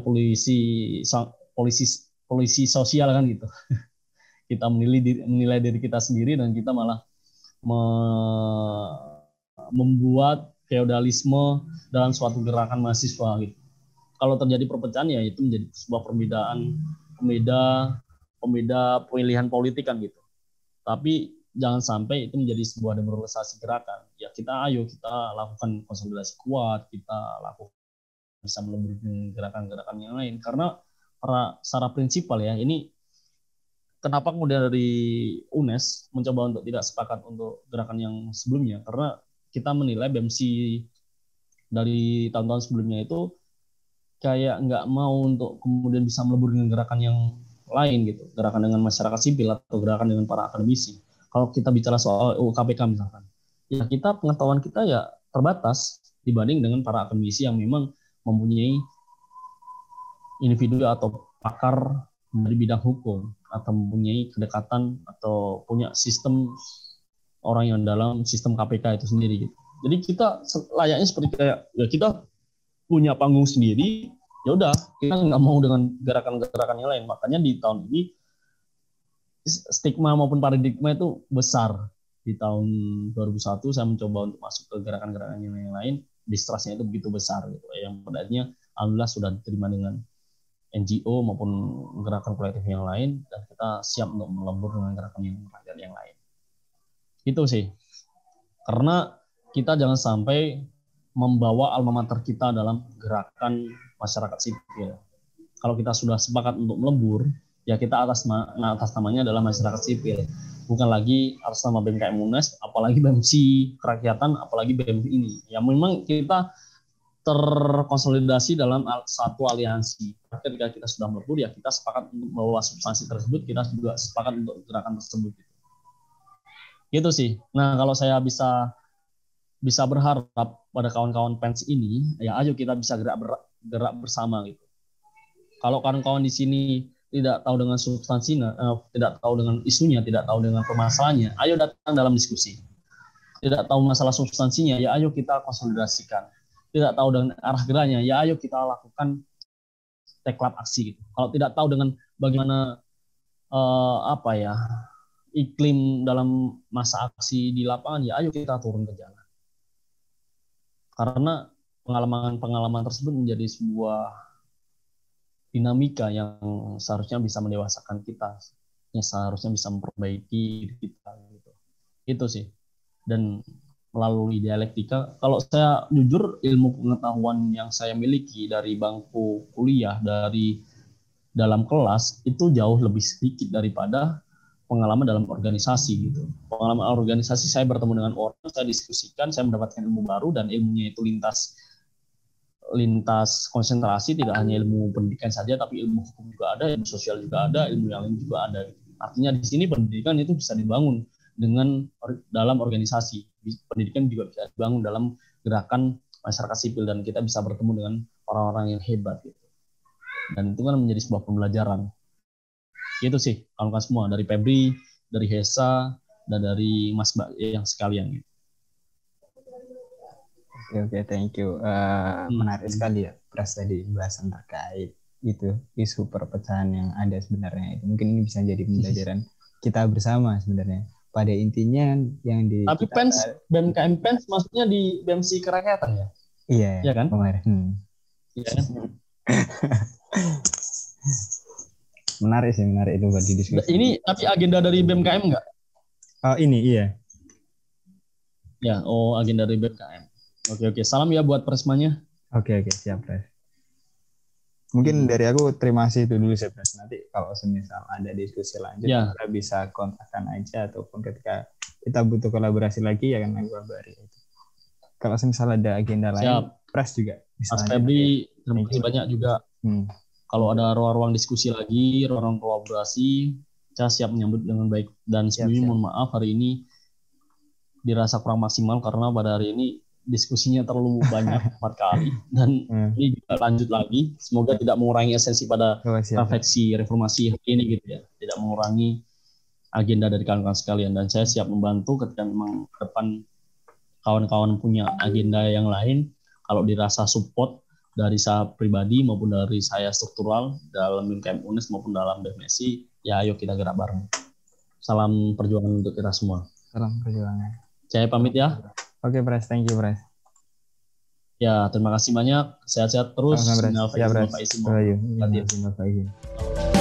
polisi sosial kan gitu. Kita menilai diri kita sendiri dan kita malah membuat feodalisme dalam suatu gerakan mahasiswa gitu. Kalau terjadi perpecahan ya itu menjadi sebuah pembeda pemilihan politik kan gitu. Tapi jangan sampai itu menjadi sebuah demoralisasi gerakan. Ya ayo kita lakukan konsolidasi kuat, kita lakukan bisa melebur gerakan-gerakan yang lain. Karena secara prinsipal ya, ini kenapa kemudian dari UNES mencoba untuk tidak sepakat untuk gerakan yang sebelumnya? Karena kita menilai BEMSI dari tahun-tahun sebelumnya itu kayak nggak mau untuk kemudian bisa melebur dengan gerakan yang lain gitu, gerakan dengan masyarakat sipil atau gerakan dengan para akademisi. Kalau kita bicara soal UU KPK misalkan, ya kita pengetahuan kita ya terbatas dibanding dengan para akademisi yang memang mempunyai individu atau pakar dari bidang hukum atau mempunyai kedekatan atau punya sistem orang yang dalam sistem KPK itu sendiri gitu. Jadi kita layaknya seperti kayak ya kita punya panggung sendiri, ya udah kita nggak mau dengan gerakan-gerakan yang lain. Makanya di tahun ini stigma maupun paradigma itu besar. Di tahun 2001 saya mencoba untuk masuk ke gerakan-gerakan yang lain, distrustnya itu begitu besar gitu. Yang padanya alhamdulillah sudah diterima dengan NGO maupun gerakan kolektif yang lain, dan kita siap untuk melebur dengan gerakan yang lain. Itu sih. Karena kita jangan sampai membawa alma mater kita dalam gerakan masyarakat sipil. Kalau kita sudah sepakat untuk melebur, ya kita atas namanya adalah masyarakat sipil. Bukan lagi atas nama BEM-KM UNES, apalagi BEMSI Kerakyatan, apalagi BEM ini. Ya memang kita terkonsolidasi dalam satu aliansi. Ketika kita sudah melebur, ya kita sepakat untuk membawa substansi tersebut, kita juga sepakat untuk gerakan tersebut. Gitu sih. Nah, kalau saya bisa berharap pada kawan-kawan PENS ini, ya ayo kita bisa gerak bersama gitu. Kalau kawan-kawan di sini tidak tahu dengan substansinya, tidak tahu dengan isunya, tidak tahu dengan permasalahannya, ayo datang dalam diskusi. Tidak tahu masalah substansinya, ya ayo kita konsolidasikan. Tidak tahu dengan arah geraknya, ya ayo kita lakukan teklap aksi gitu. Kalau tidak tahu dengan bagaimana iklim dalam masa aksi di lapangan, ya ayo kita turun ke jalan. Karena pengalaman tersebut menjadi sebuah dinamika yang seharusnya bisa mendewasakan kita, yang seharusnya bisa memperbaiki diri kita gitu. Itu sih. Dan melalui dialektika, kalau saya jujur ilmu pengetahuan yang saya miliki dari bangku kuliah, dari dalam kelas itu jauh lebih sedikit daripada pengalaman dalam organisasi gitu. Pengalaman organisasi saya bertemu dengan orang, saya diskusikan, saya mendapatkan ilmu baru, dan ilmunya itu lintas konsentrasi, tidak hanya ilmu pendidikan saja, tapi ilmu hukum juga ada, ilmu sosial juga ada, ilmu yang lain juga ada. Artinya di sini pendidikan itu bisa dibangun dalam organisasi. Pendidikan juga bisa dibangun dalam gerakan masyarakat sipil, dan kita bisa bertemu dengan orang-orang yang hebat gitu. Dan itu kan menjadi sebuah pembelajaran. Itu sih kawan-kawan semua, dari Febri, dari Hesa, dan dari Mas Mbak yang sekalian. Oke, thank you. Menarik sekali ya, Pras, tadi bahasan terkait itu isu perpecahan yang ada sebenarnya. Mungkin ini bisa jadi pembelajaran kita bersama sebenarnya. Pada intinya yang di. Tapi BEM-KM PENS maksudnya di BEMSI Kerakyatan ya? Iya kan? Kemarin. Iya kan? Menarik itu buat didiskusi. Ini tapi agenda dari BMKM nggak? Oh ini iya. Ya, agenda dari BMKM. Oke. Salam ya buat Presmanya. Oke, siap, Pres. Mungkin dari aku terima kasih itu dulu, Pres. Nanti kalau semisal ada diskusi lanjut, kita bisa kontakkan aja, ataupun ketika kita butuh kolaborasi lagi, ya kan aku kabari. Kalau semisal ada agenda lain, Pres juga bisa. Mas Febri, terima kasih banyak juga. Kalau ada ruang-ruang diskusi lagi, ruang-ruang kolaborasi, saya siap menyambut dengan baik. Dan sebelumnya mohon maaf hari ini dirasa kurang maksimal karena pada hari ini diskusinya terlalu banyak 4 kali. Dan ini juga lanjut lagi. Semoga tidak mengurangi esensi pada refleksi reformasi hari ini gitu ya. Tidak mengurangi agenda dari kawan-kawan sekalian. Dan saya siap membantu ketika memang ke depan kawan-kawan punya agenda yang lain. Kalau dirasa support dari saya pribadi maupun dari saya struktural dalam BMKM UNES maupun dalam BMSI, ya ayo kita gerak bareng. Salam perjuangan untuk kita semua. Salam perjuangan. Saya pamit ya. Oke, Pres. Thank you, Pres. Ya, terima kasih banyak. Sehat-sehat terus. Sama-sama, Pres. Ya, Pres. Terima kasih.